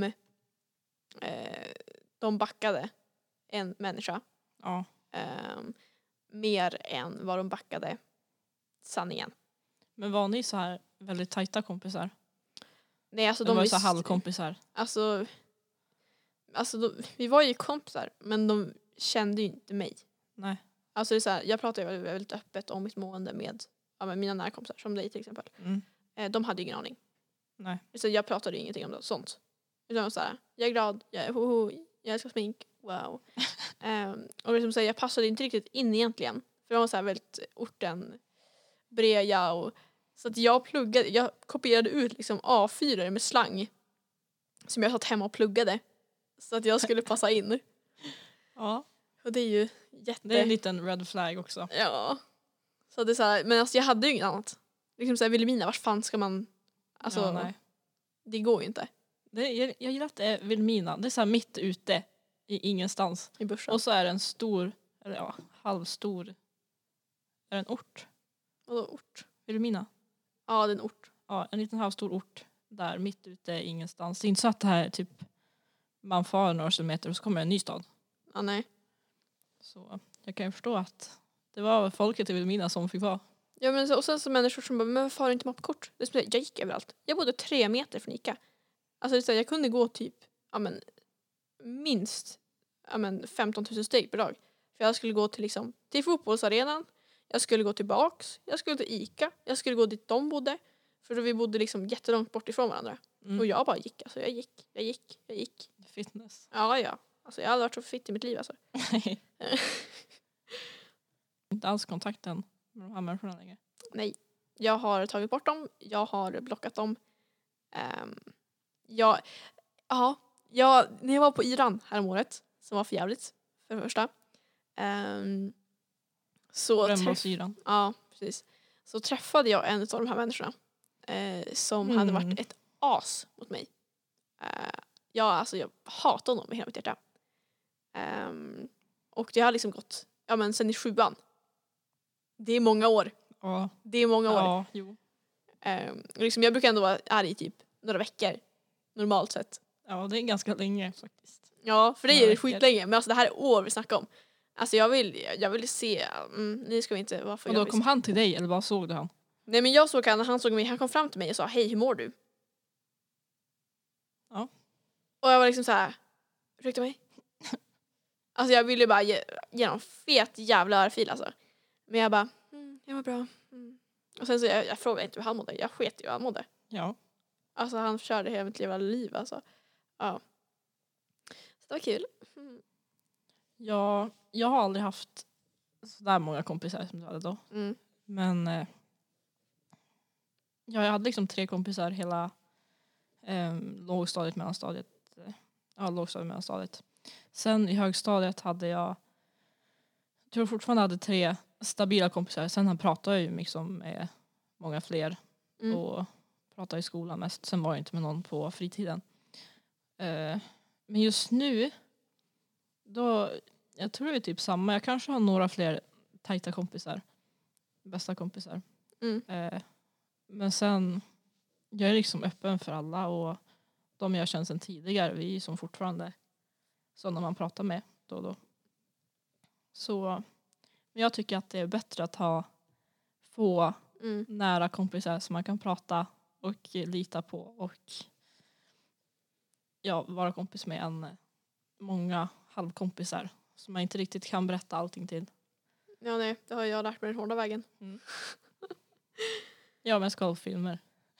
Speaker 2: uh, de backade en människa.
Speaker 1: Ja.
Speaker 2: Um, mer än vad de backade sanningen.
Speaker 1: Men var ni så här väldigt tajta kompisar?
Speaker 2: Nej, alltså
Speaker 1: De
Speaker 2: de
Speaker 1: var ju
Speaker 2: visste,
Speaker 1: så halvkompisar.
Speaker 2: Alltså, alltså de, vi var ju kompisar, men de kände ju inte mig.
Speaker 1: Nej.
Speaker 2: Alltså det är så här, jag pratar ju väldigt, väldigt öppet om mitt mående med, ja, med mina närkompisar, som dig till exempel.
Speaker 1: Mm.
Speaker 2: Eh, de hade ju ingen aning.
Speaker 1: Nej.
Speaker 2: Så jag pratade ju ingenting om det, sånt. Utan jag var så här, jag är glad, jag är hoho, jag älskar smink, wow. um, och liksom så här, jag passade inte riktigt in egentligen. För jag var så här väldigt orten, breja och så att jag pluggade, jag kopierade ut liksom A fyra med slang som jag satt hemma och pluggade så att jag skulle passa in.
Speaker 1: Ja.
Speaker 2: Och det är ju jätte...
Speaker 1: Det är en liten red flag också.
Speaker 2: Ja. Så det är så här, men alltså jag hade ju inget annat. Liksom såhär, Vilhelmina, vart fan ska man... Alltså,
Speaker 1: Ja, nej.
Speaker 2: det går ju inte.
Speaker 1: Det, jag, jag gillar att det är Vilhelmina. Det är så här mitt ute i ingenstans.
Speaker 2: I börsen.
Speaker 1: Och så är det en stor, eller ja, halvstor. Är det en ort?
Speaker 2: Vadå ort?
Speaker 1: Vilhelmina?
Speaker 2: Ja, det är en ort.
Speaker 1: Ja, en liten halvstor ort. Där mitt ute i ingenstans. Det är inte så att det här typ man far några kilometer och så kommer en ny stad.
Speaker 2: Ja, nej.
Speaker 1: Så jag kan ju förstå att det var folket i Vilhelmina som fick vara.
Speaker 2: Ja, men så, och sen så människor som bara, men varför har du inte mappkort? Det är som, jag gick överallt. Jag bodde tre meter från Ica. Alltså det är så här, jag kunde gå typ, ja men, minst ja, men, femton tusen steg per dag. För jag skulle gå till liksom, till fotbollsarenan. Jag skulle gå tillbaks. Jag skulle till Ica. Jag skulle gå dit de bodde. För då vi bodde liksom jättelångt bort ifrån varandra.
Speaker 1: Mm.
Speaker 2: Och jag bara gick, alltså jag gick, jag gick, jag gick.
Speaker 1: Fitness.
Speaker 2: Ja, ja. Alltså jag har aldrig varit så fit i mitt liv alltså.
Speaker 1: Inte alls kontakten med de här människorna längre.
Speaker 2: Nej, jag har tagit bort dem. Jag har blockat dem. Um, jag, ja, jag, när jag var på Iran häromåret, som var för jävligt för det första. Um, så
Speaker 1: Brännbollsyran.
Speaker 2: ja, precis. Så träffade jag en av de här människorna eh, som
Speaker 1: Mm.
Speaker 2: hade varit ett as mot mig. Eh, jag, alltså, jag hatar honom med hela mitt hjärta. Um, och det har liksom gått ja, men sen i sjuan. Det är många år.
Speaker 1: Ja.
Speaker 2: Det är många år.
Speaker 1: Ja, jo.
Speaker 2: Um, liksom, jag brukar ändå vara arg i typ några veckor. Normalt sett.
Speaker 1: Ja, det är ganska länge faktiskt.
Speaker 2: Ja, för det
Speaker 1: Några
Speaker 2: är det
Speaker 1: veckor.
Speaker 2: skitlänge. Men alltså det här är år vi snackar om. Alltså jag vill, jag vill se, mm, ni ska vi inte, varför
Speaker 1: Och då
Speaker 2: jag
Speaker 1: kom han till dig eller vad såg du han?
Speaker 2: Nej men jag såg han, han såg mig, han kom fram till mig och sa hej hur mår du?
Speaker 1: Ja.
Speaker 2: Och jag var liksom så här, ursäkta mig? Alltså jag ville bara ge, ge någon fet jävla örfil alltså. Men jag bara, mm, jag mår bra. Mm. Och sen så jag, jag frågade inte hur han mådde, jag sket ju hur han mådde.
Speaker 1: Ja.
Speaker 2: Alltså han körde hela mitt lilla liv alltså. Ja. Så det var kul. Mm.
Speaker 1: Ja, jag har aldrig haft så där många kompisar som du hade då.
Speaker 2: Mm.
Speaker 1: Men eh, ja, jag hade liksom tre kompisar hela eh, lågstadiet, mellanstadiet. Eh, ja, lågstadiet, mellanstadiet. Sen i högstadiet hade jag, jag tror fortfarande hade tre stabila kompisar. Sen pratade jag ju liksom med många fler
Speaker 2: Mm.
Speaker 1: och pratade i skolan mest. Sen var jag inte med någon på fritiden. Eh, men just nu, då, jag tror det är typ samma. Jag kanske har några fler tajta kompisar. Bästa kompisar.
Speaker 2: Mm.
Speaker 1: Eh, men sen, jag är liksom öppen för alla och de jag känner sedan tidigare, vi är som fortfarande sådana man pratar med då och då. Så men jag tycker att det är bättre att ha få
Speaker 2: Mm.
Speaker 1: nära kompisar som man kan prata och lita på och ja, vara kompis med än många halvkompisar som man inte riktigt kan berätta allting till.
Speaker 2: Ja nej, det har jag lärt mig den hårda vägen.
Speaker 1: Mm. Ja, men skolfilmer.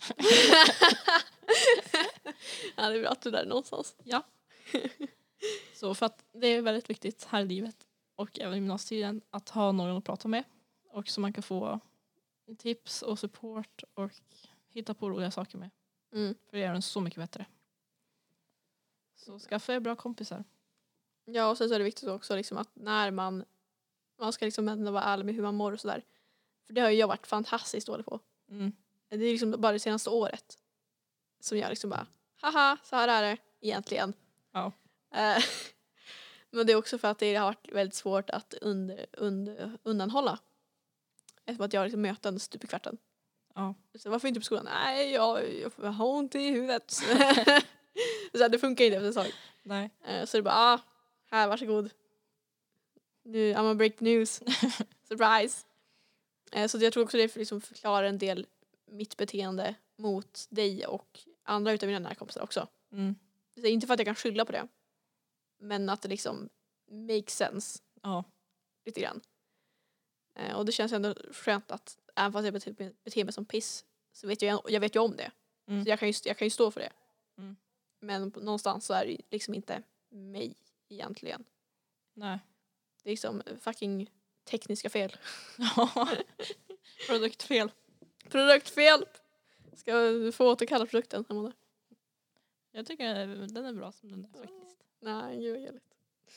Speaker 2: Ja, det är bra att du är där någonstans.
Speaker 1: Ja. Så för att det är väldigt viktigt här i livet och även i gymnasietiden att ha någon att prata med och så man kan få tips och support och hitta på roliga saker med.
Speaker 2: Mm.
Speaker 1: För det gör den så mycket bättre. Så skaffa er bra kompisar.
Speaker 2: Ja, och sen så är det viktigt också liksom att när man man ska liksom ändå vara ärlig med hur man mår och sådär. För det har ju jag varit fantastiskt dålig på.
Speaker 1: Mm.
Speaker 2: Det är liksom bara det senaste året som jag liksom bara, haha, så här är det egentligen.
Speaker 1: Ja.
Speaker 2: Eh, Men det är också för att det har varit väldigt svårt att under, under, undanhålla. Eftersom att jag har liksom möten stup i kvarten.
Speaker 1: Ja.
Speaker 2: Så varför inte på skolan? Nej, jag, jag har ont i huvudet. Så här, det funkar inte efter ett tag.
Speaker 1: Nej.
Speaker 2: Eh, Så det är bara, ah, här, varsågod. Nu, I'm a break news. Surprise. Eh, Så jag tror också det liksom förklarar en del mitt beteende mot dig och andra utav mina närkompisar också.
Speaker 1: Mm.
Speaker 2: Det är inte för att jag kan skylla på det. Men att det liksom makes sense
Speaker 1: Ja.
Speaker 2: lite grann. Eh, och det känns ändå skönt att även fast jag beter, beter mig som piss så vet jag, jag vet ju om det.
Speaker 1: Mm.
Speaker 2: Så jag kan, ju, jag kan ju stå för det.
Speaker 1: Mm.
Speaker 2: Men på, någonstans så är det liksom inte mig egentligen.
Speaker 1: Nej.
Speaker 2: Det är liksom fucking tekniska fel.
Speaker 1: Ja. Produktfel.
Speaker 2: Produktfel! Ska du få återkalla produkten, Amanda?
Speaker 1: Jag tycker den är bra som den är faktiskt.
Speaker 2: Nej, gud vad jävligt.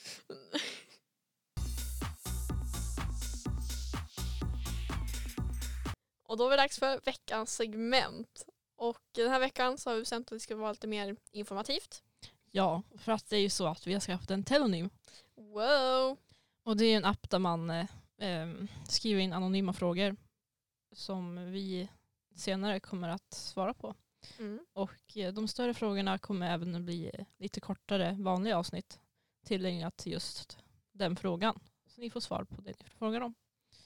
Speaker 2: Och då är det dags för veckans segment. Och den här veckan så har vi bestämt att det ska vara lite mer informativt.
Speaker 1: Ja, för att det är ju så att vi har skaffat en telonym.
Speaker 2: Wow!
Speaker 1: Och det är en app där man eh, skriver in anonyma frågor som vi senare kommer att svara på.
Speaker 2: Mm.
Speaker 1: Och eh, de större frågorna kommer även att bli lite kortare vanliga avsnitt tillgängliga till just den frågan. Så ni får svar på det ni frågar om.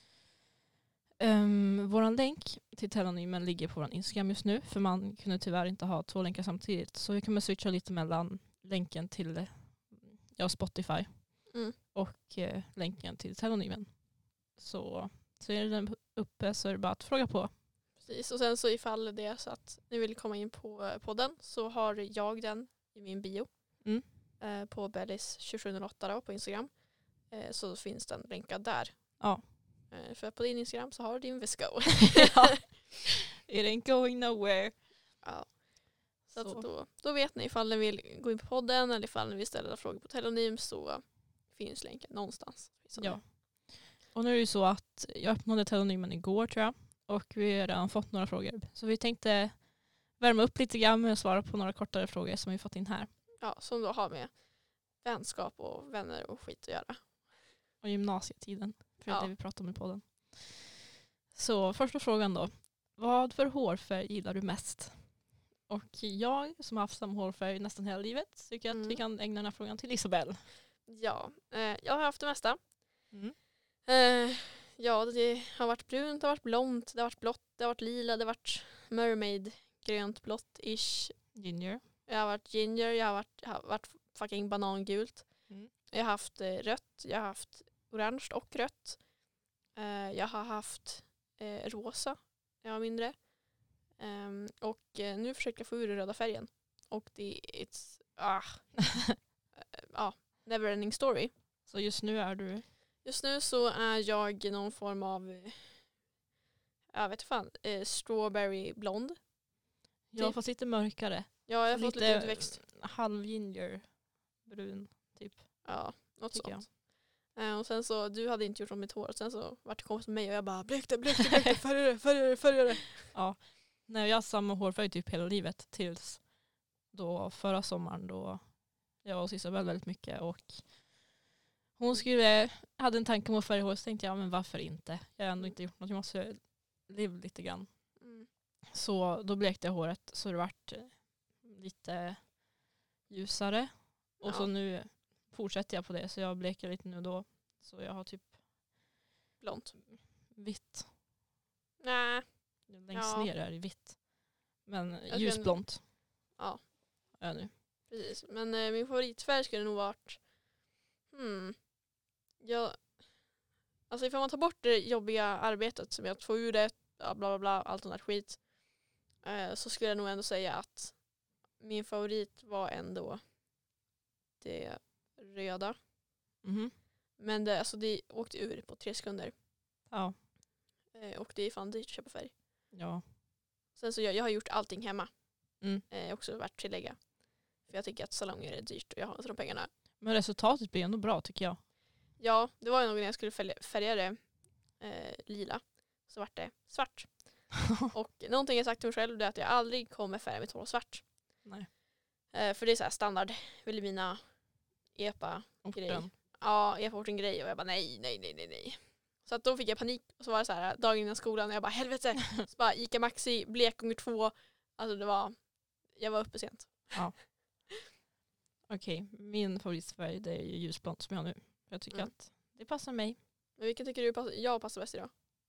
Speaker 1: Um, våran länk till telonymen ligger på vår Instagram just nu. För man kunde tyvärr inte ha två länkar samtidigt. Så vi kommer switcha lite mellan länken till ja, Spotify
Speaker 2: Mm.
Speaker 1: och eh, länken till telonymen. Så, så är den uppe så är det bara att fråga på.
Speaker 2: Precis, och sen så ifall det är så att ni vill komma in på eh, podden så har jag den i min bio.
Speaker 1: Mm.
Speaker 2: Eh, på Bellis tjugosju noll åtta då, på Instagram. Eh, så finns den länkad där.
Speaker 1: Ja.
Speaker 2: Eh, för på din Instagram så har du din Visco.
Speaker 1: Ja. It ain't going nowhere.
Speaker 2: Ja. Så,
Speaker 1: Så.
Speaker 2: Att då, då vet ni ifall ni vill gå in på podden eller ifall ni vill ställa frågor på telonym så finns länken någonstans.
Speaker 1: Ja. Och nu är det ju så att jag öppnade telonymen igår tror jag. Och vi har redan fått några frågor. Så vi tänkte värma upp lite grann med att svara på några kortare frågor som vi fått in här.
Speaker 2: ja, som då har med vänskap och vänner och skit att göra.
Speaker 1: Och gymnasietiden. För det är
Speaker 2: Ja.
Speaker 1: det vi pratar om i podden. Så första frågan då. Vad för hårfärg gillar du mest? Och jag som har haft samma hårfärg nästan hela livet tycker att
Speaker 2: Mm.
Speaker 1: vi kan ägna den här frågan till Isabel.
Speaker 2: Ja, eh, jag har haft det mesta.
Speaker 1: Mm.
Speaker 2: Eh, ja, det har varit brunt, det har varit blont, det har varit blått, det har varit lila, det har varit mermaid, grönt, blått-ish.
Speaker 1: Ginger.
Speaker 2: Jag har varit ginger, jag har varit, har varit fucking banangult.
Speaker 1: Mm.
Speaker 2: Jag har haft eh, rött, jag har haft orange och rött. Eh, jag har haft eh, rosa när jag var mindre. Ehm, och eh, nu försöker jag få ur den röda färgen. Och det är it's, ah, eh, ja, never ending story.
Speaker 1: Så just nu är du...
Speaker 2: Just nu så är jag någon form av, eh, jag vet inte fan, eh, strawberry blond.
Speaker 1: Ja,
Speaker 2: Typ.
Speaker 1: fast lite mörkare.
Speaker 2: Ja, jag har
Speaker 1: Så
Speaker 2: fått lite utväxt.
Speaker 1: halv-ginger. Brun, typ.
Speaker 2: Ja, något
Speaker 1: tycker
Speaker 2: sånt. Eh, och sen så, du hade inte gjort om mitt hår. Och sen så vart det kompis med mig och jag bara, blek det, blek det, blek det, färga det, färga det, färga det.
Speaker 1: Ja. Nej, jag har samma hårfärg typ hela livet tills då förra sommaren då jag var hos Isabel väldigt mycket och hon skulle, hade en tanke om att färga hår så tänkte jag, men varför inte? Jag har ändå inte gjort något, jag måste leva lite grann.
Speaker 2: Mm.
Speaker 1: Så då blekte jag håret så det vart lite ljusare. Och
Speaker 2: Ja.
Speaker 1: så nu fortsätter jag på det så jag bleker lite nu då. Så jag har typ
Speaker 2: Blont.
Speaker 1: vitt.
Speaker 2: Nej.
Speaker 1: Längst
Speaker 2: Ja.
Speaker 1: ner är det vitt. Men
Speaker 2: Jag
Speaker 1: ljusblont.
Speaker 2: Ja.
Speaker 1: Är jag nu.
Speaker 2: Precis. Men eh, min favoritfärg skulle nog varit, hmm, jag, alltså ifall man tar bort det jobbiga arbetet som är att få ur det, ja, bla bla bla, allt sånt där skit, eh, så skulle jag nog ändå säga att min favorit var ändå det röda.
Speaker 1: Mhm.
Speaker 2: Men det, alltså det åkte ur på tre sekunder.
Speaker 1: Ja.
Speaker 2: Eh, och det är fan dyrt att köpa färg.
Speaker 1: Ja.
Speaker 2: Sen så jag, jag har gjort allting hemma.
Speaker 1: Mm.
Speaker 2: Eh, också värt tillägga. För jag tycker att salonger är dyrt och jag har inte de pengarna.
Speaker 1: Men resultatet blir ändå bra tycker jag.
Speaker 2: Ja, det var ju nog när jag skulle färga, färga det eh, lila. Så vart det svart. Och någonting jag sagt till mig själv är att jag aldrig kommer färga mitt hår svart.
Speaker 1: Nej.
Speaker 2: Eh, för det är så här standard. Vilhelmina, epa
Speaker 1: Och
Speaker 2: grej.
Speaker 1: den.
Speaker 2: Ja, epa gjort en grej och jag bara nej, nej, nej, nej, nej. Så att då fick jag panik och så var det så här dagen innan skolan och jag bara helvete. Så bara Ica Maxi, blek gånger två. Alltså det var, jag var uppe sent.
Speaker 1: Okej, min favoritfärg det är ju ljusblont som jag har nu. Jag tycker
Speaker 2: Mm.
Speaker 1: att det passar mig.
Speaker 2: Men vilken tycker du pass- jag passar bäst idag?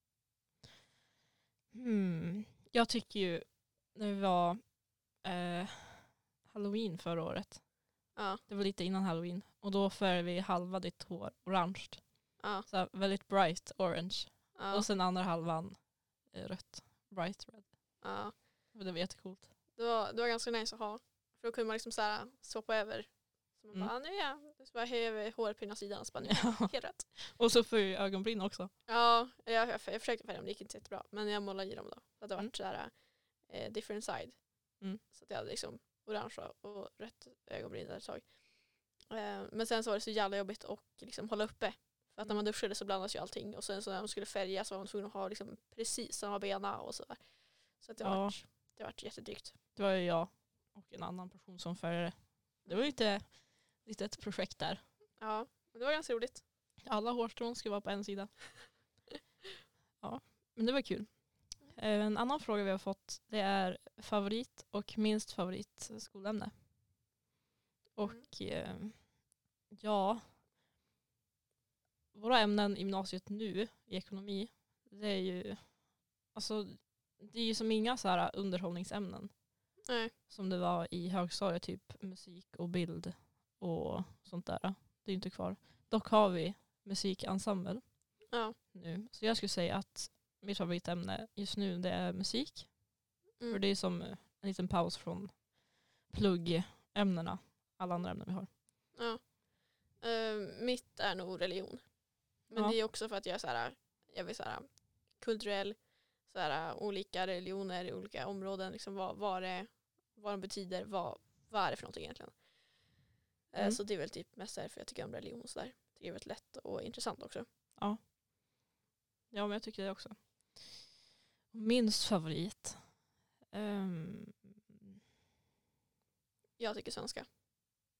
Speaker 1: Hmm. Jag tycker ju när vi var eh, Halloween förra året.
Speaker 2: Ja,
Speaker 1: Det var lite innan Halloween. Och då färgade vi halva ditt hår orange.
Speaker 2: ja,
Speaker 1: Så här, väldigt bright orange.
Speaker 2: ja,
Speaker 1: Och sen andra halvan eh, rött. Bright red.
Speaker 2: ja.
Speaker 1: Och det var jättecoolt.
Speaker 2: Det var, det var ganska nice att ha. För då kunde man liksom så här soppa över. Så man
Speaker 1: Mm.
Speaker 2: bara, ah, nu är jag. Så bara höjer håret på ena sidan. Så bara, nu är jag
Speaker 1: Ja.
Speaker 2: helt rätt.
Speaker 1: Och så för ögonbryn också.
Speaker 2: Ja, jag, jag, jag försökte färga dem, det gick inte så jättebra. Men jag målade i dem då. Så att det
Speaker 1: Mm.
Speaker 2: var så här eh, different side.
Speaker 1: Mm.
Speaker 2: Så att jag hade liksom orange och rött ögonbryn där ett tag. Eh, men sen så var det så jävla jobbigt att liksom hålla uppe. För att när man duschade så blandas ju allting. Och sen så när man skulle färga så var man tvungen att ha liksom precis samma bena och så där. Så att det
Speaker 1: Ja.
Speaker 2: var det var jättedrygt.
Speaker 1: Det var ju jag och en annan person som färgade. Det var lite, lite ett projekt där.
Speaker 2: Ja, men det var ganska roligt.
Speaker 1: Alla hårstrån skulle vara på en sida. Ja, men det var kul. Eh, En annan fråga vi har fått det är favorit och minst favorit skolämne. Och eh, ja, våra ämnen i gymnasiet nu i ekonomi, det är ju alltså det är ju som inga så här underhållningsämnen
Speaker 2: Nej.
Speaker 1: som det var i högstadiet, typ musik och bild och sånt där. Det är ju inte kvar. Dock har vi musikensemble
Speaker 2: Ja.
Speaker 1: nu. Så jag skulle säga att mitt favoritämne just nu det är musik.
Speaker 2: Mm.
Speaker 1: För det är som en liten paus från pluggämnena, alla andra ämnen vi har.
Speaker 2: Ja. Eh, mitt är nog religion. Men
Speaker 1: Ja.
Speaker 2: det är också för att jag är så här, jag vill så här kulturell, så här olika religioner i olika områden, liksom vad, vad det vad de betyder, vad, vad är det för någonting egentligen. Eh,
Speaker 1: Mm.
Speaker 2: Så det är väl typ mest därför jag tycker om religion och sådär. Det är väldigt lätt och intressant också.
Speaker 1: Ja, men jag tycker det också. Minst favorit. Um,
Speaker 2: Jag tycker svenska.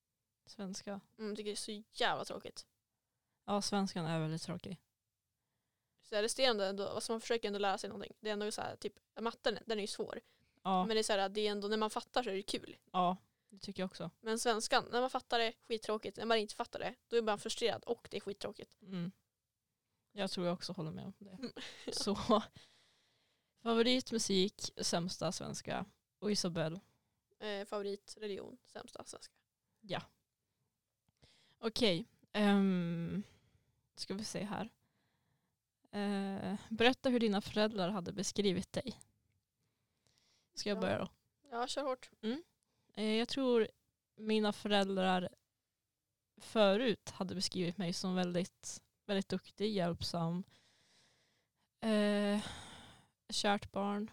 Speaker 1: Svenska.
Speaker 2: Mm, tycker det är så jävla tråkigt.
Speaker 1: Ja, svenskan är väldigt tråkig.
Speaker 2: Så resterande, ändå, alltså man försöker ändå lära sig någonting. Det är ändå så här, typ, matten, den är ju svår.
Speaker 1: Ja,
Speaker 2: Men det är så här, det är ändå, när man fattar så är det kul.
Speaker 1: ja, det tycker jag också.
Speaker 2: Men svenskan, när man fattar det, skittråkigt. När man inte fattar det, då är man frustrerad och det är skittråkigt.
Speaker 1: Mm. Jag tror jag också håller med om det.
Speaker 2: Mm.
Speaker 1: Så favoritmusik, sämsta svenska. Och Isabel.
Speaker 2: Eh, favorit, religion, sämsta svenska.
Speaker 1: Ja. Okej. Um, ska vi se här. Uh, berätta hur dina föräldrar hade beskrivit dig. Ska jag
Speaker 2: Ja.
Speaker 1: börja då?
Speaker 2: Ja, kör hårt.
Speaker 1: Uh, jag tror mina föräldrar förut hade beskrivit mig som väldigt, väldigt duktig, hjälpsam. Uh, kärt barn.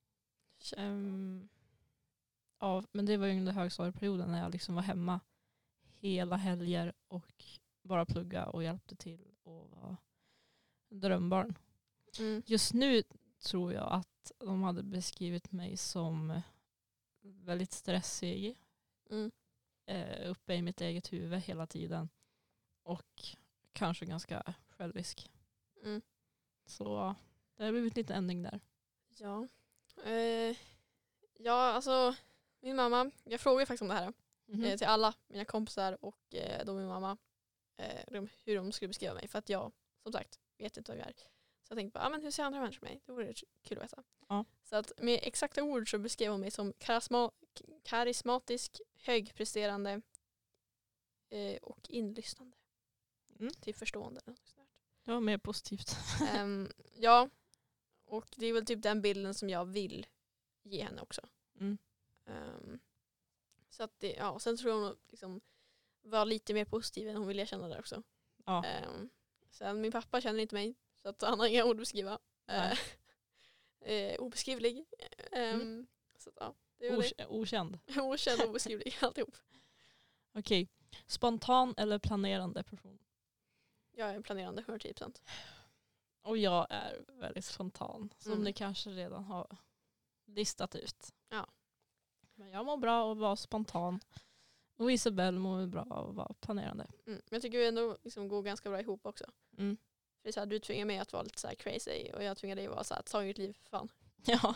Speaker 1: Um, ja, men det var ju under högstadieperioden när jag liksom var hemma hela helger och bara plugga och hjälpte till och var drömbarn.
Speaker 2: Mm.
Speaker 1: Just nu tror jag att de hade beskrivit mig som väldigt stressig.
Speaker 2: Mm.
Speaker 1: Eh, uppe i mitt eget huvud hela tiden. Och kanske ganska självisk.
Speaker 2: Mm.
Speaker 1: Så det har blivit lite ändring där.
Speaker 2: Ja. Eh, ja, alltså min mamma, jag frågade faktiskt om det här
Speaker 1: Mhm.
Speaker 2: eh, till alla mina kompisar och eh, då min mamma eh, de, hur de skulle beskriva mig. För att jag, som sagt, vet inte vad jag är. Så jag tänkte bara, ah, men hur ser andra människor mig? Det vore kul att veta.
Speaker 1: Ja.
Speaker 2: Så att med exakta ord så beskrev hon mig som karisma, karismatisk, högpresterande eh, och inlyssnande.
Speaker 1: Mm.
Speaker 2: Typ förstående. eller något sånt där.
Speaker 1: Det var mer positivt.
Speaker 2: Ehm, ja, och det är väl typ den bilden som jag vill ge henne också.
Speaker 1: Mm.
Speaker 2: Ehm, så att det, ja, sen tror jag hon liksom var lite mer positiv än hon ville erkänna där också.
Speaker 1: Ja.
Speaker 2: Ehm, sen min pappa känner inte mig så att han har inga ord att beskriva.
Speaker 1: Nej.
Speaker 2: Eh, obeskrivlig. Ehm,
Speaker 1: Mm.
Speaker 2: Så att, ja, det är väl
Speaker 1: Okä- okänd.
Speaker 2: det. Okänd, obeskrivlig, alltihop.
Speaker 1: Okej. Spontan eller planerande person?
Speaker 2: Jag är planerande hundratio procent.
Speaker 1: Och jag är väldigt spontan. Som
Speaker 2: Mm.
Speaker 1: ni kanske redan har listat ut.
Speaker 2: Ja.
Speaker 1: Men jag mår bra av att vara spontan. Och Isabel mår bra av att vara planerande.
Speaker 2: Mm. Men jag tycker vi ändå liksom går ganska bra ihop också.
Speaker 1: Mm.
Speaker 2: För det är så här, du tvingar mig att vara lite så här crazy och jag tvingar dig att vara så här, ta inget liv för fan.
Speaker 1: Ja.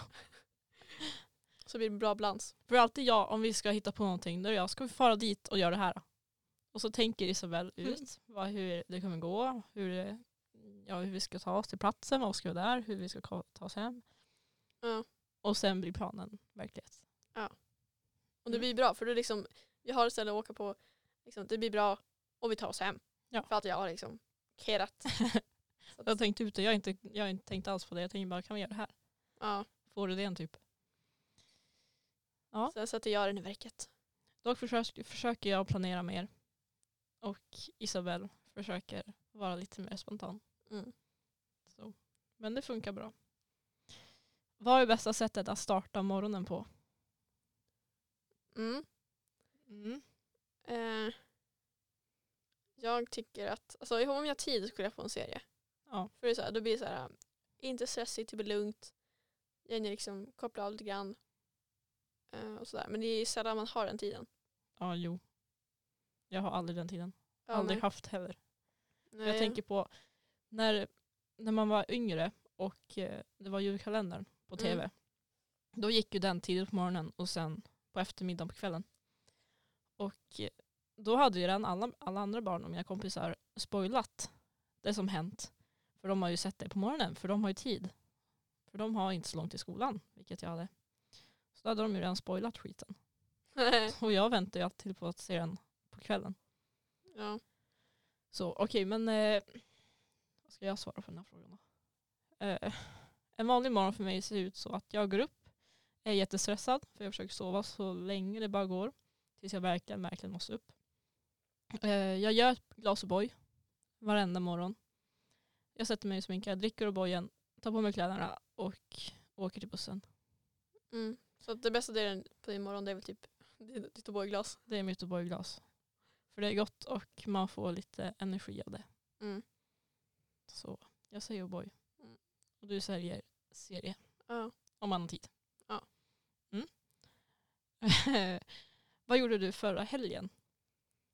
Speaker 2: Så blir det en bra balans.
Speaker 1: För alltid jag, om vi ska hitta på någonting, då är jag, ska vi fara dit och göra det här? Och så tänker Isabel ut
Speaker 2: Mm.
Speaker 1: vad, hur det kommer gå, hur, det, ja, hur vi ska ta oss till platsen, vad ska vi där, hur vi ska ta oss hem.
Speaker 2: Ja.
Speaker 1: Och sen blir planen verklighet.
Speaker 2: Och det
Speaker 1: Mm.
Speaker 2: blir bra för du liksom, vi har ett ställe att åka på, liksom, det blir bra och vi tar oss hem.
Speaker 1: Ja.
Speaker 2: För att jag har liksom kerat. Så
Speaker 1: Jag har
Speaker 2: att,
Speaker 1: tänkt ut det, jag har inte, jag har inte tänkt alls på det. Jag tänker bara, kan vi göra det här?
Speaker 2: ja,
Speaker 1: Får du det typ? Ja.
Speaker 2: så jag sätter jag den i verket.
Speaker 1: Dock försöker, försöker jag planera mer. Och Isabel försöker vara lite mer spontan.
Speaker 2: Mm.
Speaker 1: Så. Men det funkar bra. Vad är bästa sättet att starta morgonen på?
Speaker 2: Mm.
Speaker 1: Mm.
Speaker 2: Eh, jag tycker att, alltså om jag har tid så skulle jag få en serie.
Speaker 1: Ja.
Speaker 2: För det är så här, då blir det så här, inte stressigt, det blir lugnt. Jag är liksom koppla av lite grann. Eh, och sådär. Men det är sällan man har den tiden.
Speaker 1: Ja, jo. Jag har aldrig den tiden.
Speaker 2: Ja,
Speaker 1: aldrig
Speaker 2: nej.
Speaker 1: haft heller.
Speaker 2: Nej.
Speaker 1: Jag tänker på när, när man var yngre och eh, det var julkalendern på tv.
Speaker 2: Mm.
Speaker 1: Då gick ju den tidigt på morgonen och sen på eftermiddagen på kvällen. Och eh, då hade ju redan alla, alla andra barn och mina kompisar spoilat det som hänt. För de har ju sett det på morgonen, för de har ju tid. För de har inte så långt till skolan, vilket jag hade. Så då hade de ju redan spoilat skiten. Och jag väntar ju alltid på att se den på kvällen.
Speaker 2: Ja.
Speaker 1: Så okej, okay, men eh, vad ska jag svara på den här frågan då? Eh, en vanlig morgon för mig ser ut så att jag går upp, är jättestressad för jag försöker sova så länge det bara går. Tills jag verkligen, verkligen måste upp. Eh, jag gör ett glas O'boy varenda morgon. Jag sätter mig och sminkar, dricker O'boyen, tar på mig kläderna och åker till bussen.
Speaker 2: Mm. Så att det bästa delen på din morgon det är väl typ ditt O'boy-glas.
Speaker 1: Det är mitt O'boy-glas. För det är gott och man får lite energi av det.
Speaker 2: Mm.
Speaker 1: Så jag säger O'boy.
Speaker 2: Mm.
Speaker 1: Och du säger serie.
Speaker 2: Ja.
Speaker 1: Om man har tid.
Speaker 2: Ja.
Speaker 1: Mm. Vad gjorde du förra helgen?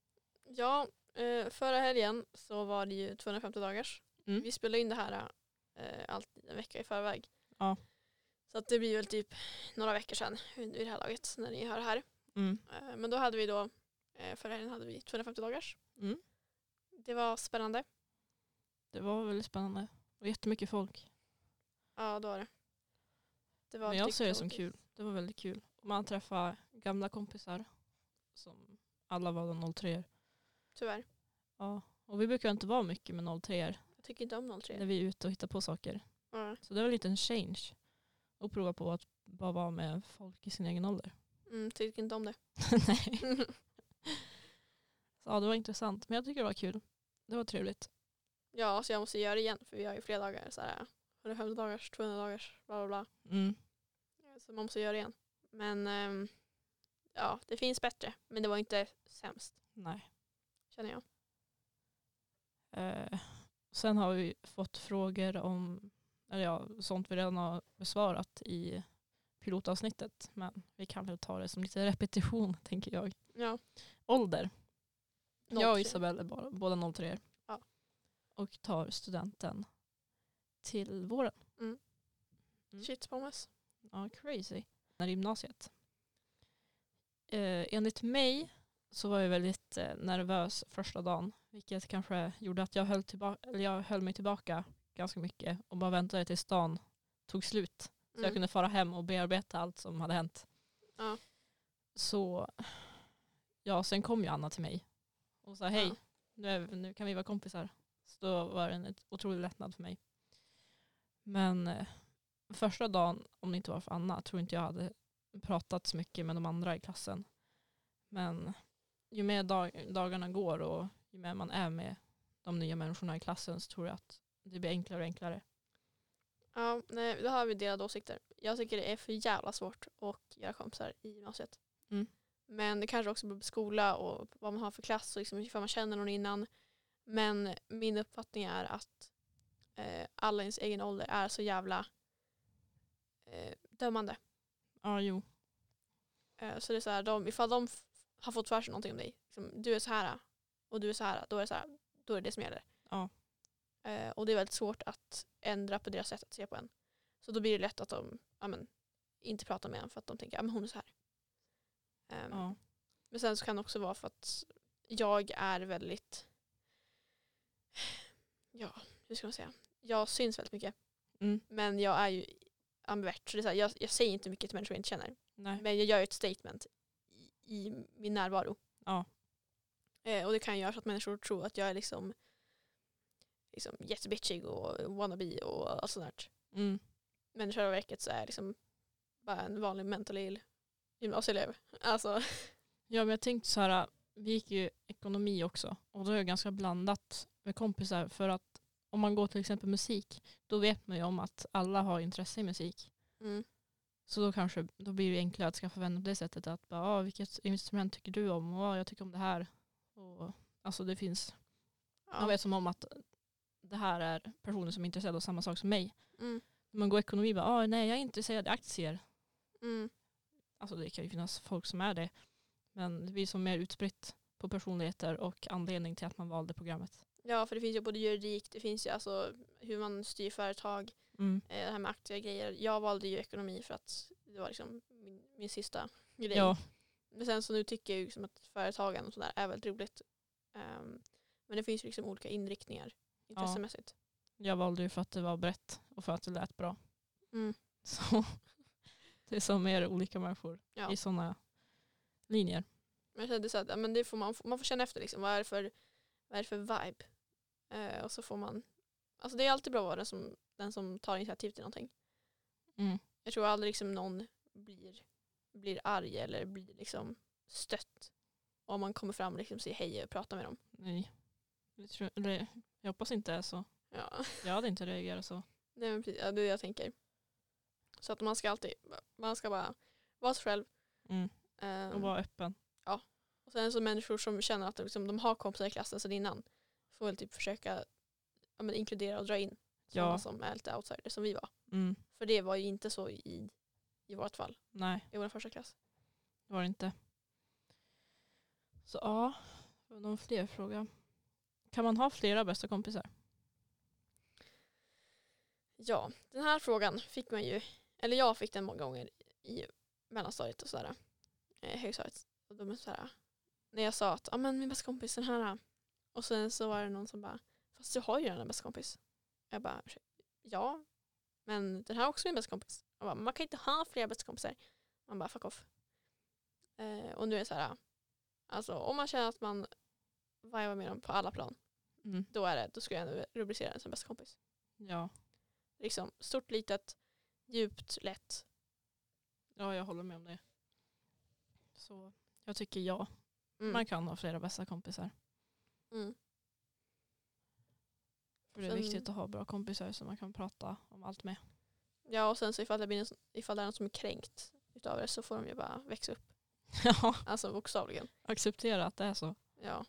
Speaker 2: Ja, eh, förra helgen så var det ju tvåhundrafemtio dagars.
Speaker 1: Mm.
Speaker 2: Vi spelade in det här eh, alltid en vecka i förväg.
Speaker 1: Ja.
Speaker 2: Så att det blir väl typ några veckor sedan vid det här laget när ni hör det här.
Speaker 1: Mm.
Speaker 2: Eh, men då hade vi då, eh, förra helgen hade vi tvåhundrafemtio dagars.
Speaker 1: Mm.
Speaker 2: Det var spännande.
Speaker 1: Det var väldigt spännande. Och jättemycket folk.
Speaker 2: Ja, då var det. Det var
Speaker 1: Men jag
Speaker 2: riktigt
Speaker 1: ser det som
Speaker 2: roligt.
Speaker 1: kul. Det var väldigt kul. Och man träffar gamla kompisar. Som alla var noll tre.
Speaker 2: Tyvärr.
Speaker 1: Ja. Och vi brukar inte vara mycket med noll tre
Speaker 2: Jag tycker inte om noll tre.
Speaker 1: när vi är ute och hittar på saker.
Speaker 2: Ja.
Speaker 1: Så det var lite en change. Och prova på att bara vara med folk i sin egen ålder.
Speaker 2: Mm, tycker inte om det.
Speaker 1: Nej. Så ja, det var intressant. Men jag tycker det var kul. Det var trevligt.
Speaker 2: Ja, så jag måste göra det igen. För vi har ju flera dagar. Så här, hundrafemtio dagars, tvåhundra dagars, bla bla bla.
Speaker 1: Mm.
Speaker 2: Så man måste göra det igen. Men ehm, ja, det finns bättre. Men det var inte sämst,
Speaker 1: Nej.
Speaker 2: känner jag.
Speaker 1: Eh, sen har vi fått frågor om eller ja, sånt vi redan har besvarat i pilotavsnittet. Men vi kan väl ta det som lite repetition, tänker jag.
Speaker 2: Ja.
Speaker 1: Ålder.
Speaker 2: noll
Speaker 1: Jag och
Speaker 2: tre.
Speaker 1: Isabelle är bara, båda noll tre.
Speaker 2: Ja.
Speaker 1: Och tar studenten till våren.
Speaker 2: Mm.
Speaker 1: Mm.
Speaker 2: Shit, pommes.
Speaker 1: Ja, crazy. När gymnasiet. Eh, enligt mig så var jag väldigt eh, nervös första dagen. Vilket kanske gjorde att jag höll, tillbaka, eller jag höll mig tillbaka ganska mycket. Och bara väntade tills dagen tog slut. Så
Speaker 2: Mm.
Speaker 1: jag kunde fara hem och bearbeta allt som hade hänt.
Speaker 2: Ja.
Speaker 1: Så ja, sen kom ju Anna till mig. Och sa hej,
Speaker 2: Ja.
Speaker 1: nu, är, nu kan vi vara kompisar. Så då var det en otrolig lättnad för mig. Men eh, första dagen, om det inte var för Anna, tror inte jag hade pratat så mycket med de andra i klassen. Men ju mer dag, dagarna går och ju mer man är med de nya människorna i klassen så tror jag att det blir enklare och enklare.
Speaker 2: Ja, nej, då har vi delade åsikter. Jag tycker det är för jävla svårt att göra kompisar i gymnasiet.
Speaker 1: Mm.
Speaker 2: Men det kanske också beror på skola och vad man har för klass och liksom ifall man känner någon innan. Men min uppfattning är att eh, alla i ens egen ålder är så jävla eh, dömande.
Speaker 1: Ja, jo.
Speaker 2: Eh, så det är så här, de, ifall de f- har fått för sig någonting om dig. Liksom, du är så här och du är så här. Då är det så här, då är det det som gäller.
Speaker 1: Ja.
Speaker 2: Eh, och det är väldigt svårt att ändra på deras sätt att se på en. Så då blir det lätt att de ja, men, inte pratar med en för att de tänker att ja, hon är så här. Um,
Speaker 1: Ja.
Speaker 2: Men sen så kan det också vara för att jag är väldigt ja, hur ska man säga? Jag syns väldigt mycket.
Speaker 1: Mm.
Speaker 2: Men jag är ju ambivert. Så det är så här, jag, jag säger inte mycket till människor jag inte känner.
Speaker 1: Nej.
Speaker 2: Men jag gör ett statement i, i min närvaro.
Speaker 1: Ja.
Speaker 2: Eh, och det kan göra så att människor tror att jag är liksom, liksom jättebitchig och wannabe och allt sånt där.
Speaker 1: Mm.
Speaker 2: Men i själva verket så är jag liksom bara en vanlig mental ill gymnasieelev. Alltså,
Speaker 1: Ja, men jag tänkte så här, vi gick ju ekonomi också. Och då är det ganska blandat med kompisar. För att om man går till exempel musik, då vet man ju om att alla har intresse i musik.
Speaker 2: mm,
Speaker 1: Så då kanske då blir det enklare att skaffa vänner på det sättet. Att bara, ah, vilket instrument tycker du om? Och, ah, jag tycker om det här. Och, alltså det finns, man
Speaker 2: ja.
Speaker 1: vet som om att det här är personer som är intresserade av samma sak som mig.
Speaker 2: Mm,
Speaker 1: När man går ekonomi, bara, ah, nej jag är intresserad av aktier.
Speaker 2: mm,
Speaker 1: Alltså det kan ju finnas folk som är det. Men det blir som mer utspritt på personligheter och anledning till att man valde programmet.
Speaker 2: ja, för det finns ju både juridik, det finns ju alltså hur man styr företag,
Speaker 1: Mm.
Speaker 2: eh, det här med aktier och grejer. Jag valde ju ekonomi för att det var liksom min, min sista grej.
Speaker 1: Ja,
Speaker 2: Men sen så nu tycker jag ju liksom att företagen och sådär är väldigt roligt. Um, men det finns ju liksom olika inriktningar intressemässigt.
Speaker 1: jag valde ju för att det var brett och för att det lät bra.
Speaker 2: Mm.
Speaker 1: Så det är som mer olika människor
Speaker 2: Ja.
Speaker 1: i sådana linjer.
Speaker 2: Men jag kände så att ja, men det får man, man får känna efter liksom, vad är det för, vad är det för vibe? Eh, och så får man, alltså det är alltid bra att vara den som, den som tar initiativ till någonting.
Speaker 1: Mm.
Speaker 2: Jag tror aldrig liksom någon blir, blir arg eller blir liksom stött om man kommer fram och liksom säger hej och pratar med dem.
Speaker 1: Nej. Jag, tror, eller, jag hoppas inte det är så.
Speaker 2: Ja,
Speaker 1: Jag hade inte reagerat så.
Speaker 2: det är, precis, ja, det är det jag tänker. Så att man ska alltid, man ska bara vara sig själv.
Speaker 1: Mm.
Speaker 2: Eh,
Speaker 1: Och vara öppen.
Speaker 2: och sen så människor som känner att liksom, de har kompisar i klassen sedan innan får väl typ försöka ja, men, inkludera och dra in sådana
Speaker 1: Ja.
Speaker 2: som är lite outsider som vi var.
Speaker 1: Mm.
Speaker 2: För det var ju inte så i, i vårt fall,
Speaker 1: Nej,
Speaker 2: i vår första klass.
Speaker 1: det var det inte. Så ja, Någon fler fråga? Kan man ha flera bästa kompisar?
Speaker 2: Ja, den här frågan fick man ju, eller jag fick den många gånger i mellanstadiet och sådär. Eh, högstadiet. Och de är sådär, när jag sa att ah, men min bästa kompis den här. Och sen så var det någon som bara, fast du har ju redan en bästa kompis. Jag bara, ja, men den här är också min bästa kompis. Jag bara, man kan inte ha flera bästa kompisar. Man bara, fuck off. Eh, och nu är det så här, alltså om man känner att man vibar med dem på alla plan,
Speaker 1: Mm.
Speaker 2: då är det, då skulle jag ändå rubricera den som bästa kompis.
Speaker 1: Ja.
Speaker 2: Liksom stort, litet, djupt, lätt.
Speaker 1: Ja, jag håller med om det. Så jag tycker ja.
Speaker 2: Mm.
Speaker 1: Man kan ha flera bästa kompisar.
Speaker 2: Mm.
Speaker 1: För det är
Speaker 2: Sen-
Speaker 1: viktigt att ha bra kompisar som man kan prata om allt med.
Speaker 2: Ja, och sen så ifall det, blir en, ifall det är någon som är kränkt utav det så får de ju bara växa upp.
Speaker 1: Ja,
Speaker 2: Alltså bokstavligen.
Speaker 1: acceptera att det är så.
Speaker 2: Ja.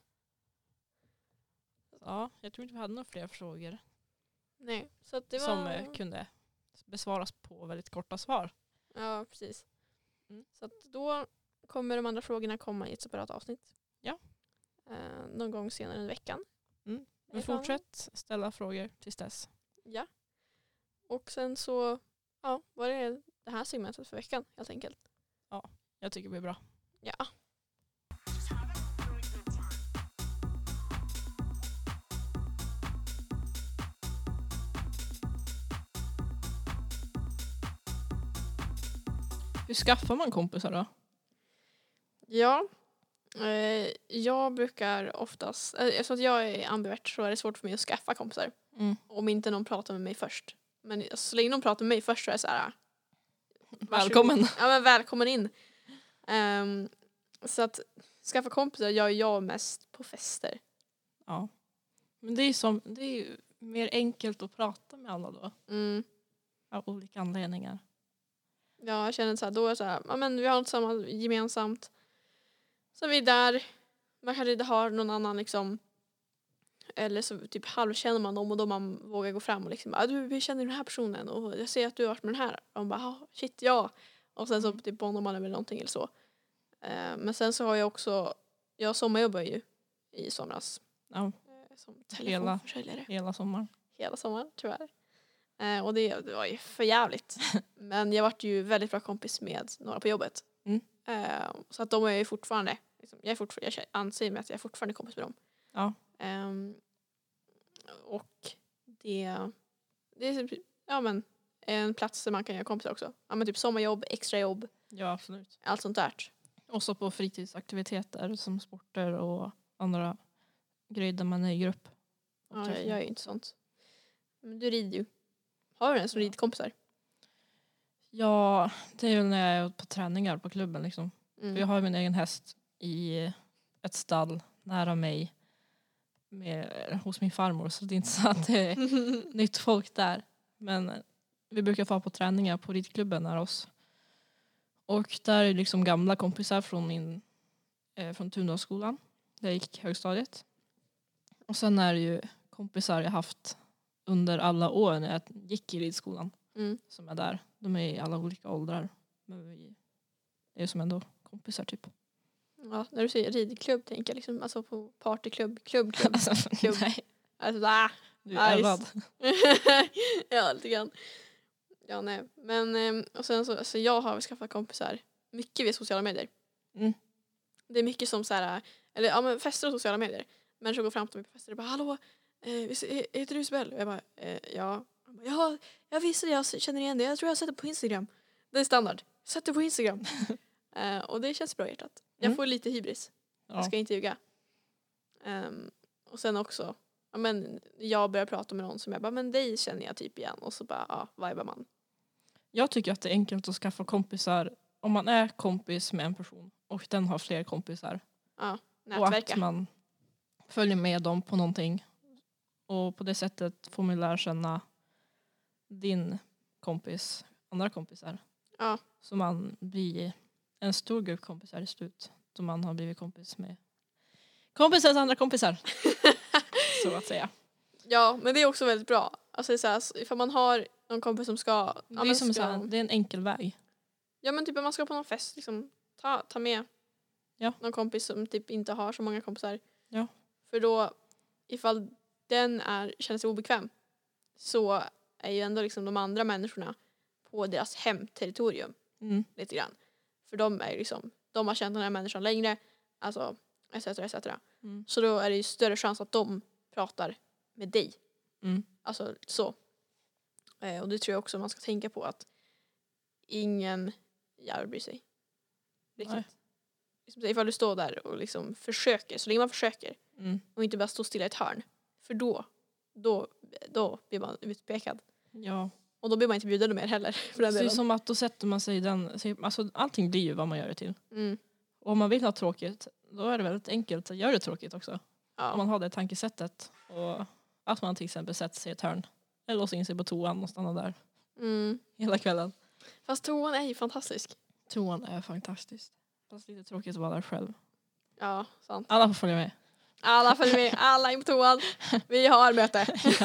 Speaker 1: Ja, jag tror inte vi hade några fler frågor
Speaker 2: Nej, så att det var...
Speaker 1: som eh, kunde besvaras på väldigt korta svar.
Speaker 2: Ja, precis.
Speaker 1: Mm.
Speaker 2: Så att då kommer de andra frågorna komma i ett separat avsnitt.
Speaker 1: Ja.
Speaker 2: Eh, någon gång senare under veckan.
Speaker 1: Mm. Men
Speaker 2: Ifall-
Speaker 1: fortsätt ställa frågor tills dess.
Speaker 2: Ja. Och sen så, ja, var det det här segmentet för veckan helt enkelt.
Speaker 1: Jag tycker det blir bra.
Speaker 2: Ja.
Speaker 1: Hur skaffar man kompisar då?
Speaker 2: Ja. Eh, jag brukar oftast, eh, eftersom att jag är ambivert så är det svårt för mig att skaffa kompisar.
Speaker 1: Mm.
Speaker 2: Om inte någon pratar med mig först. Men så länge någon pratar med mig först så är det så här. varsågod.
Speaker 1: Välkommen.
Speaker 2: Ja, men välkommen in. Ehm, så att skaffa kompisar gör jag mest på fester.
Speaker 1: Ja. Men det är, som, det är ju mer enkelt att prata med alla då.
Speaker 2: Mm.
Speaker 1: Av olika anledningar.
Speaker 2: Ja, jag känner så här, då är det så här, ja men vi har något samma gemensamt. Så vi är där. Man kanske inte har någon annan liksom. Eller så typ halvkänner man dem och då man vågar gå fram och liksom, ah, du, vi känner den här personen och jag ser att du har varit med den här. Och de bara, ah, shit, ja. Och sen så
Speaker 1: Mm.
Speaker 2: typ bondar man över någonting eller så. Eh, men sen så har jag också, jag sommarjobbar ju i somras.
Speaker 1: Ja,
Speaker 2: eh, Som telefonförsäljare.
Speaker 1: hela sommaren.
Speaker 2: Hela sommaren, tyvärr. Eh, och det, det var ju för jävligt. Men jag vart ju väldigt bra kompis med några på jobbet.
Speaker 1: Mm.
Speaker 2: Eh, så att de är ju fortfarande, liksom, jag, är fortfarande jag anser mig att jag är fortfarande kompis med dem.
Speaker 1: Ja.
Speaker 2: Ehm, och det, det är typ, ja, men, en plats där man kan göra kompisar också. Ja, men typ sommarjobb, extrajobb,
Speaker 1: Ja, absolut.
Speaker 2: allt sånt där.
Speaker 1: Och så på fritidsaktiviteter som sporter och andra grejer där man är i grupp. Och
Speaker 2: Ja,
Speaker 1: träffar.
Speaker 2: jag, jag är ju inte sånt. Men du rider ju. Har du en som
Speaker 1: Ja.
Speaker 2: ridkompisar?
Speaker 1: Ja, det är väl när jag är på träningar på klubben liksom.
Speaker 2: Mm.
Speaker 1: För jag har ju min egen häst i ett stall nära mig. Med, hos min farmor, så det är inte så att det är nytt folk där. Men vi brukar få på träningar på ridklubben nära oss. Och där är liksom gamla kompisar från min eh, från Tundahlsskolan. Där jag gick högstadiet. Och sen är det ju kompisar jag haft under alla år när jag gick i ridskolan.
Speaker 2: Mm.
Speaker 1: Som är där. De är i alla olika åldrar. Men vi är som ändå kompisar typ.
Speaker 2: Ja, när du säger ridklubb tänker jag liksom, alltså på partyklubb, klubbklubb. Klubb.
Speaker 1: Nej,
Speaker 2: Alltså, ah.
Speaker 1: du är
Speaker 2: Nice.
Speaker 1: ärrad.
Speaker 2: Ja, lite grann. Ja, nej. Men, ehm, och sen så, alltså jag har skaffat kompisar mycket via sociala medier.
Speaker 1: Mm.
Speaker 2: Det är mycket som så här, eller ja, men fester och sociala medier. Människor går fram till mig på fester och bara, hallå, eh, visst, eh, heter du Isabel? Och jag bara, eh, ja. Jag bara, ja, jag visste det, jag känner igen det. Jag tror jag har sett det på Instagram. Det är standard. Sätt det på Instagram. eh, och det känns bra i hjärtat. Jag
Speaker 1: Mm.
Speaker 2: får lite hybris. Jag
Speaker 1: Ja.
Speaker 2: ska inte ljuga. Ehm, och sen också, ja, men jag börjar prata med någon som jag bara, men dig känner jag typ igen. Och så bara, ja, vibar man.
Speaker 1: Jag tycker att det är enkelt att skaffa kompisar om man är kompis med en person och den har fler kompisar.
Speaker 2: Ja,
Speaker 1: Och
Speaker 2: nätverka.
Speaker 1: att man följer med dem på någonting. Och på det sättet får man lära känna din kompis, andra kompisar.
Speaker 2: Ja.
Speaker 1: Så man blir en stor grupp kompisar i slut. Då man har blivit kompis med kompisens andra kompisar. Så att säga.
Speaker 2: Ja, men det är också väldigt bra. Alltså så här, ifall man har någon kompis som ska... Ja,
Speaker 1: Det är,
Speaker 2: men
Speaker 1: som
Speaker 2: ska
Speaker 1: så här, det är en enkel väg.
Speaker 2: ja men typ om man ska på någon fest, liksom, ta, ta med
Speaker 1: Ja.
Speaker 2: någon kompis som typ inte har så många kompisar.
Speaker 1: Ja.
Speaker 2: För då, ifall den är, känner sig obekväm så är ju ändå liksom de andra människorna på deras hemterritorium
Speaker 1: Mm.
Speaker 2: lite grann. För de är ju liksom, de har känt den här människan längre, alltså et cetera et cetera.
Speaker 1: Mm.
Speaker 2: Så då är det ju större chans att de pratar med dig.
Speaker 1: Mm.
Speaker 2: Alltså så. Eh, och det tror jag också man ska tänka på, att ingen jävel bryr sig. Riktigt.
Speaker 1: Nej.
Speaker 2: Liksom, ifall du står där och liksom försöker, så länge man försöker
Speaker 1: Mm.
Speaker 2: och inte bara står stilla i ett hörn. För då, då, då blir man utpekad.
Speaker 1: Ja.
Speaker 2: Och då blir man inte bjuden mer heller. För den
Speaker 1: Så det är
Speaker 2: delen.
Speaker 1: som att då sätter man sig i den... Alltså, allting blir ju vad man gör det till.
Speaker 2: Mm.
Speaker 1: Och om man vill ha tråkigt, då är det väldigt enkelt att göra det tråkigt också.
Speaker 2: Ja.
Speaker 1: Om man har det tankesättet. Och att man till exempel sätter sig i ett hörn. Eller låser in sig på toan och stannar där
Speaker 2: Mm.
Speaker 1: hela kvällen.
Speaker 2: Fast toan är ju fantastisk.
Speaker 1: Toan är fantastiskt. Fast lite tråkigt att vara där själv.
Speaker 2: Ja, sant.
Speaker 1: Alla får följa med.
Speaker 2: Alla följer med, alla in på toan. Vi har möte.
Speaker 1: Ja.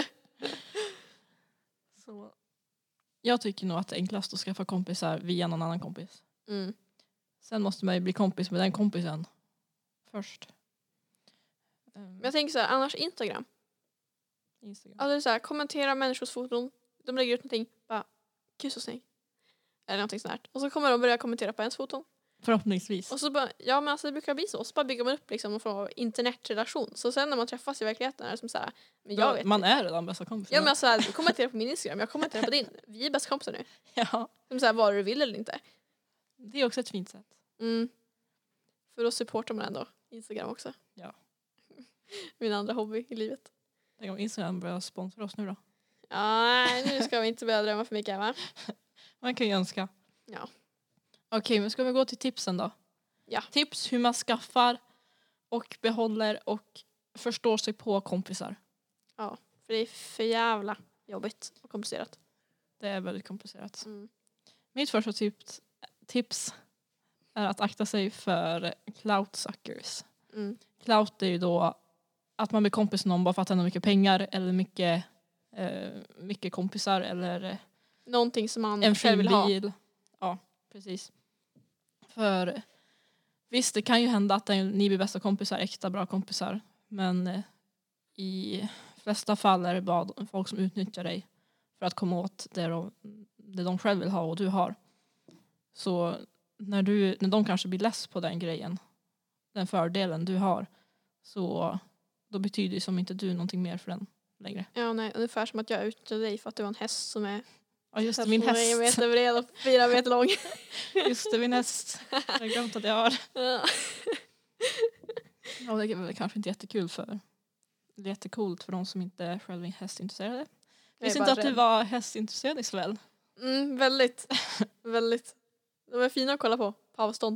Speaker 1: Så. Jag tycker nog att det är enklast att skaffa kompisar via någon annan kompis.
Speaker 2: Mm.
Speaker 1: Sen måste man ju bli kompis med den kompisen först. Um,
Speaker 2: Men jag tänker så här, annars Instagram.
Speaker 1: Instagram.
Speaker 2: Alltså det är så här, kommentera människors foton. De lägger ut någonting, bara, gud så snygg. Eller någonting sånt här. Och så kommer de börja kommentera på ens foton.
Speaker 1: Förhoppningsvis.
Speaker 2: Och så bara, ja men alltså det brukar bli så. Och så bara bygger man upp liksom och får internetrelation. Så sen när man träffas i verkligheten är det som så här, men jag
Speaker 1: Ja,
Speaker 2: vet
Speaker 1: man
Speaker 2: inte.
Speaker 1: är redan bästa kompisar.
Speaker 2: Ja men alltså, du kommenterar på min Instagram, jag kommenterar på din. Vi är bästa kompisar nu.
Speaker 1: Ja,
Speaker 2: Som så här, vad du vill eller inte.
Speaker 1: det är också ett fint sätt.
Speaker 2: Mm. För då supportar man ändå Instagram också.
Speaker 1: Ja.
Speaker 2: Min andra hobby i livet.
Speaker 1: Tänk om Instagram börjar sponsra oss nu då.
Speaker 2: Ja, nej, nu ska vi inte börja drömma för mycket, va?
Speaker 1: Man kan ju önska.
Speaker 2: Ja.
Speaker 1: Okej, men ska vi gå till tipsen då?
Speaker 2: Ja.
Speaker 1: Tips hur man skaffar och behåller och förstår sig på kompisar.
Speaker 2: Ja, för det är för jävla jobbigt och komplicerat.
Speaker 1: Det är väldigt komplicerat.
Speaker 2: Mm.
Speaker 1: Mitt första tips, tips är att akta sig för cloutsuckers.
Speaker 2: Mm.
Speaker 1: Clout är ju då att man blir kompis med någon bara för att han har mycket pengar eller mycket, eh, mycket kompisar eller
Speaker 2: Någonting som man
Speaker 1: en
Speaker 2: själv
Speaker 1: fin
Speaker 2: vill ha.
Speaker 1: bil. Ja, precis. För visst, det kan ju hända att ni blir bästa kompisar, äkta bra kompisar. Men eh, i flesta fall är det bara folk som utnyttjar dig för att komma åt det de, det de själv vill ha och du har. Så när, du, när de kanske blir less på den grejen, den fördelen du har, så då betyder det som inte du någonting mer för den längre.
Speaker 2: Ja, nej, ungefär som att jag utnyttjade dig för att det var en häst som är
Speaker 1: Ja, just det, min
Speaker 2: tre
Speaker 1: häst.
Speaker 2: meter bred och fyra meter lång.
Speaker 1: Just det, min häst. Jag har glömt att jag har.
Speaker 2: Ja.
Speaker 1: Ja, det är väl kanske inte jättekul för... Det är jättekult för de som inte är själva hästintresserade. Jag
Speaker 2: Jag är
Speaker 1: visste
Speaker 2: bara
Speaker 1: inte att du
Speaker 2: rädd.
Speaker 1: var hästintresserad, Isabel.
Speaker 2: Mm, väldigt. väldigt. De är fina att kolla på, på avstånd.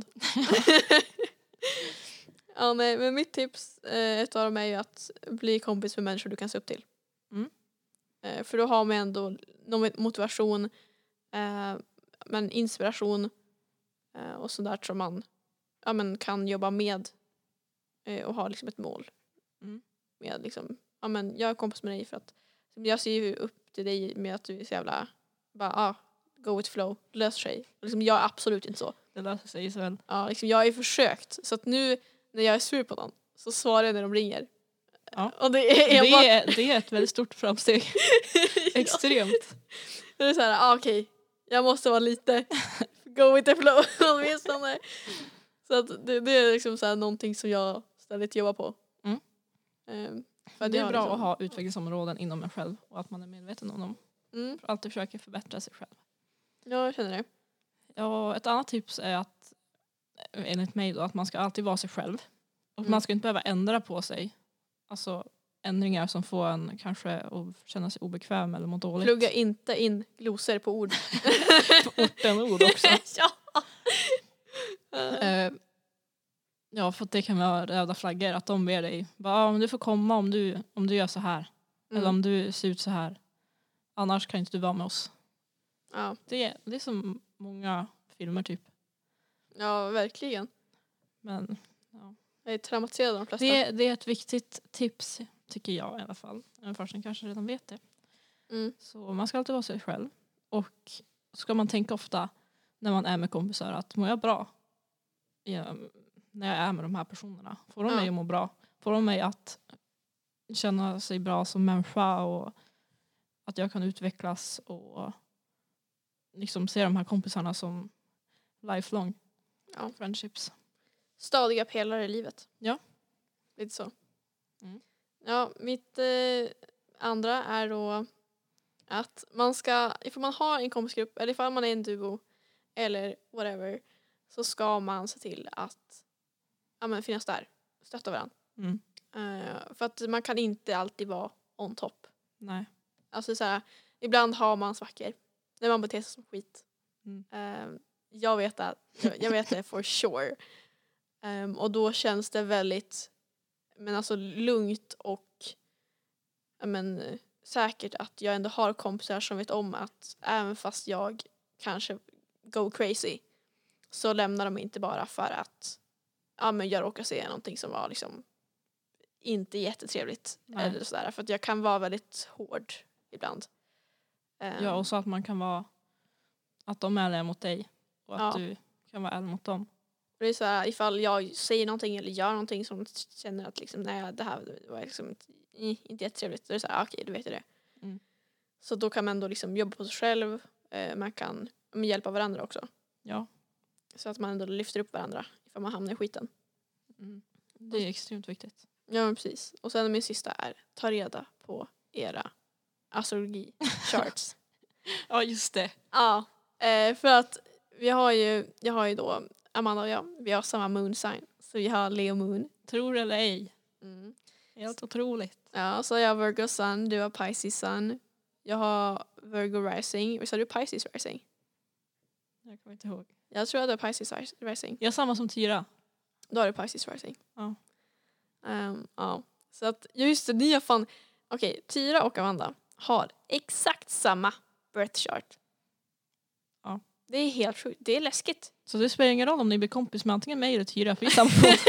Speaker 2: Ja, nej, men mitt tips, eh, ett av dem är ju att bli kompis med människor du kan se upp till.
Speaker 1: Mm.
Speaker 2: Eh, för då har man ändå någon motivation, eh, men inspiration eh, och sådär som man ja, men kan jobba med eh, och ha liksom ett mål.
Speaker 1: Mm.
Speaker 2: Med liksom, ja, men jag är kompis med dig för att jag ser ju upp till dig med att du är så jävla bara, ah, go with flow, löser sig. Och liksom, jag är absolut inte så.
Speaker 1: Det löser sig, Isabel.
Speaker 2: Ja, liksom, jag har ju försökt. Så att nu när jag är sur på någon så svarar jag när de ringer.
Speaker 1: Ja.
Speaker 2: Och det är
Speaker 1: Det
Speaker 2: enbart...
Speaker 1: är, det är ett väldigt stort framsteg. Extremt.
Speaker 2: Det är så här, ah, okej, jag måste vara lite go with the flow åtminstone. Så att det, det är liksom så här någonting som jag ständigt jobbar på.
Speaker 1: Mm.
Speaker 2: Um, för
Speaker 1: Det är
Speaker 2: jag
Speaker 1: bra
Speaker 2: liksom,
Speaker 1: att ha utvecklingsområden inom en själv och att man är medveten om dem.
Speaker 2: Mm,
Speaker 1: För alltid försöka förbättra sig själv.
Speaker 2: ja, jag känner det.
Speaker 1: Ja, ett annat tips är att, enligt mig då, att man ska alltid vara sig själv. Och
Speaker 2: Mm.
Speaker 1: man ska inte behöva ändra på sig. Alltså ändringar som får en kanske att känna sig obekväm eller må dåligt.
Speaker 2: Plugga inte in glosor på ord.
Speaker 1: Orten ord också.
Speaker 2: ja.
Speaker 1: Eh, ja, för att det kan vara röda flaggor. Att de ber dig, bara, om du får komma om du, om du gör så här.
Speaker 2: Mm.
Speaker 1: Eller om du ser ut så här. Annars kan inte du vara med oss.
Speaker 2: Ja.
Speaker 1: Det, det är som många filmer typ.
Speaker 2: ja, verkligen.
Speaker 1: Men
Speaker 2: Jag är traumatiserad av de flesta.
Speaker 1: det, det är ett viktigt tips, tycker jag i alla fall. Även fast man kanske redan vet det.
Speaker 2: Mm.
Speaker 1: Så man ska alltid vara sig själv. Och ska man tänka ofta när man är med kompisar att mår jag bra ja, när jag är med de här personerna? Får de
Speaker 2: Ja.
Speaker 1: mig att må bra? får mig att känna sig bra som människa och att jag kan utvecklas och liksom se de här kompisarna som lifelong
Speaker 2: Ja.
Speaker 1: friendships.
Speaker 2: Stadiga pelare i livet.
Speaker 1: Ja.
Speaker 2: Lite så.
Speaker 1: Mm.
Speaker 2: Ja, mitt eh, andra är då att man ska, ifall man har en kompisgrupp eller ifall man är en duo eller whatever, så ska man se till att ja, men finnas där, stötta varandra.
Speaker 1: Mm.
Speaker 2: Uh, för att man kan inte alltid vara on top.
Speaker 1: Nej.
Speaker 2: Alltså så här, ibland har man svackor när man beter sig som skit.
Speaker 1: Mm.
Speaker 2: Uh, jag vet att jag, jag vet det for sure. Um, och då känns det väldigt men alltså lugnt och men, säkert att jag ändå har kompisar som vet om att även fast jag kanske go crazy så lämnar de inte bara för att ja, men jag råkar se någonting som var liksom inte jättetrevligt. Eller sådär, för att jag kan vara väldigt hård ibland. Um,
Speaker 1: Ja, och så att man kan vara att de är ärliga mot dig och att
Speaker 2: Ja.
Speaker 1: du kan vara ärlig mot dem.
Speaker 2: Det är så här, ifall jag säger någonting eller gör någonting som känner att liksom, nej, det här var liksom inte, inte jättetrevligt. Då är det så här, okej, du vet det.
Speaker 1: Mm.
Speaker 2: Så då kan man ändå liksom jobba på sig själv. Eh, man kan men, hjälpa varandra också.
Speaker 1: Ja.
Speaker 2: Så att man ändå lyfter upp varandra ifall man hamnar i skiten.
Speaker 1: Mm. Det är extremt viktigt.
Speaker 2: Ja, men precis. Och sen min sista är, ta reda på era astrologi-charts.
Speaker 1: Ja, just det.
Speaker 2: Ja, eh, för att vi har ju, jag har ju då, Amanda och jag, vi har samma moon sign. Så vi har Leo moon.
Speaker 1: Tror eller ej.
Speaker 2: Mm.
Speaker 1: Helt otroligt.
Speaker 2: Ja, så jag har Virgo sun, du har Pisces sun. Jag har Virgo rising. Visst har du Pisces rising?
Speaker 1: Jag kommer inte ihåg.
Speaker 2: Jag tror att du har Pisces rising.
Speaker 1: Jag är samma som Tyra.
Speaker 2: Då har du Pisces rising.
Speaker 1: Ja.
Speaker 2: Um, ja. Så att, just det, ni har fan... Okej, okay, Tyra och Amanda har exakt samma birth chart.
Speaker 1: Ja.
Speaker 2: Det är helt sjukt. Det är läskigt.
Speaker 1: Så det spelar ingen roll om ni blir kompis med antingen mig eller Tyra. För vi är samma podd.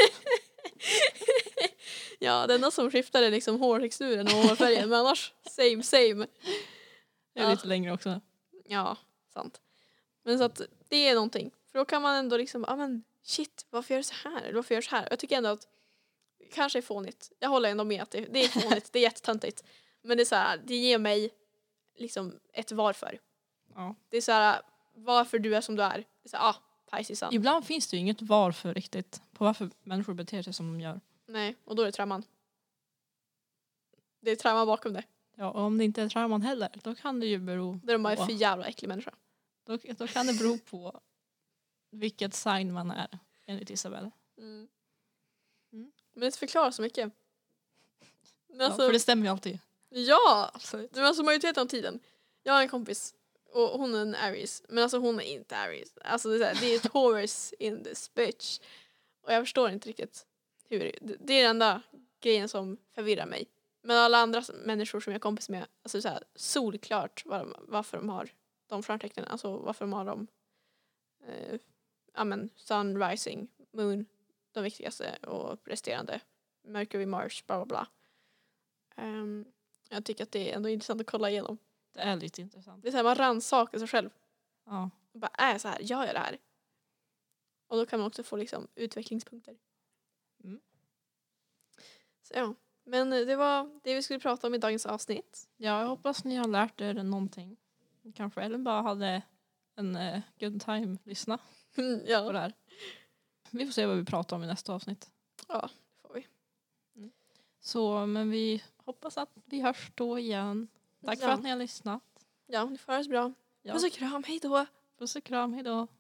Speaker 2: Ja, det enda som skiftar är liksom hårtexturen och hårfärgen. Men annars, same, same.
Speaker 1: Jag är
Speaker 2: Ja.
Speaker 1: lite längre också.
Speaker 2: Ja, sant. Men så att det är någonting. För då kan man ändå liksom, ja ah, men shit, varför gör du så här? Eller varför gör du så här? Jag tycker ändå att det kanske är fånigt. Jag håller ändå med att det, det är fånigt, det är jättetöntigt. Men det är så här, det ger mig liksom ett varför.
Speaker 1: Ja.
Speaker 2: Det är så här, varför du är som du är. Det är så här, ah, Pisces sun.
Speaker 1: Ibland finns det ju inget varför riktigt på varför människor beter sig som de gör.
Speaker 2: Nej, och då är det trauman. Det är trauma bakom det.
Speaker 1: Ja, och om det inte är trauman heller, då kan det ju bero
Speaker 2: Där de bara är
Speaker 1: på,
Speaker 2: för jävla äcklig människa.
Speaker 1: då, då kan det bero på vilket sign man är, enligt Isabel.
Speaker 2: Mm.
Speaker 1: Mm.
Speaker 2: Men det förklarar så mycket. Men
Speaker 1: Ja,
Speaker 2: alltså,
Speaker 1: för det stämmer ju alltid.
Speaker 2: ja!
Speaker 1: Absolut.
Speaker 2: Men alltså majoriteten av tiden. Jag har en kompis och hon är en Aries. Men alltså hon är inte Aries. Alltså det är, så här, det är Taurus in this bitch. Och jag förstår inte riktigt hur. Det, det är den enda grejen som förvirrar mig. Men alla andra människor som jag är kompis med, alltså så här, solklart var de, varför de har de stjärntecknen. Alltså varför de har dem. Eh, ja men, sun, rising, moon. De viktigaste och resterande. Mercury, Mars, bla bla bla. Um, jag tycker att det är ändå intressant att kolla igenom.
Speaker 1: Det är lite intressant.
Speaker 2: Det är så här, man rannsakar sig själv.
Speaker 1: Ja.
Speaker 2: Och bara, är så här, gör jag det här? Och då kan man också få liksom utvecklingspunkter.
Speaker 1: Mm.
Speaker 2: Så ja. Men det var det vi skulle prata om i dagens avsnitt.
Speaker 1: Ja, jag hoppas ni har lärt er någonting. Kanske eller bara hade en uh, good time lyssna på det
Speaker 2: Ja,
Speaker 1: här. Vi får se vad vi pratar om i nästa avsnitt.
Speaker 2: ja, det får vi.
Speaker 1: Så, men vi hoppas att vi hörs då igen. Tack för
Speaker 2: Ja.
Speaker 1: att ni har lyssnat.
Speaker 2: Ja, det får höras bra.
Speaker 1: Ja.
Speaker 2: Puss och kram, hej då!
Speaker 1: Puss och kram, hejdå.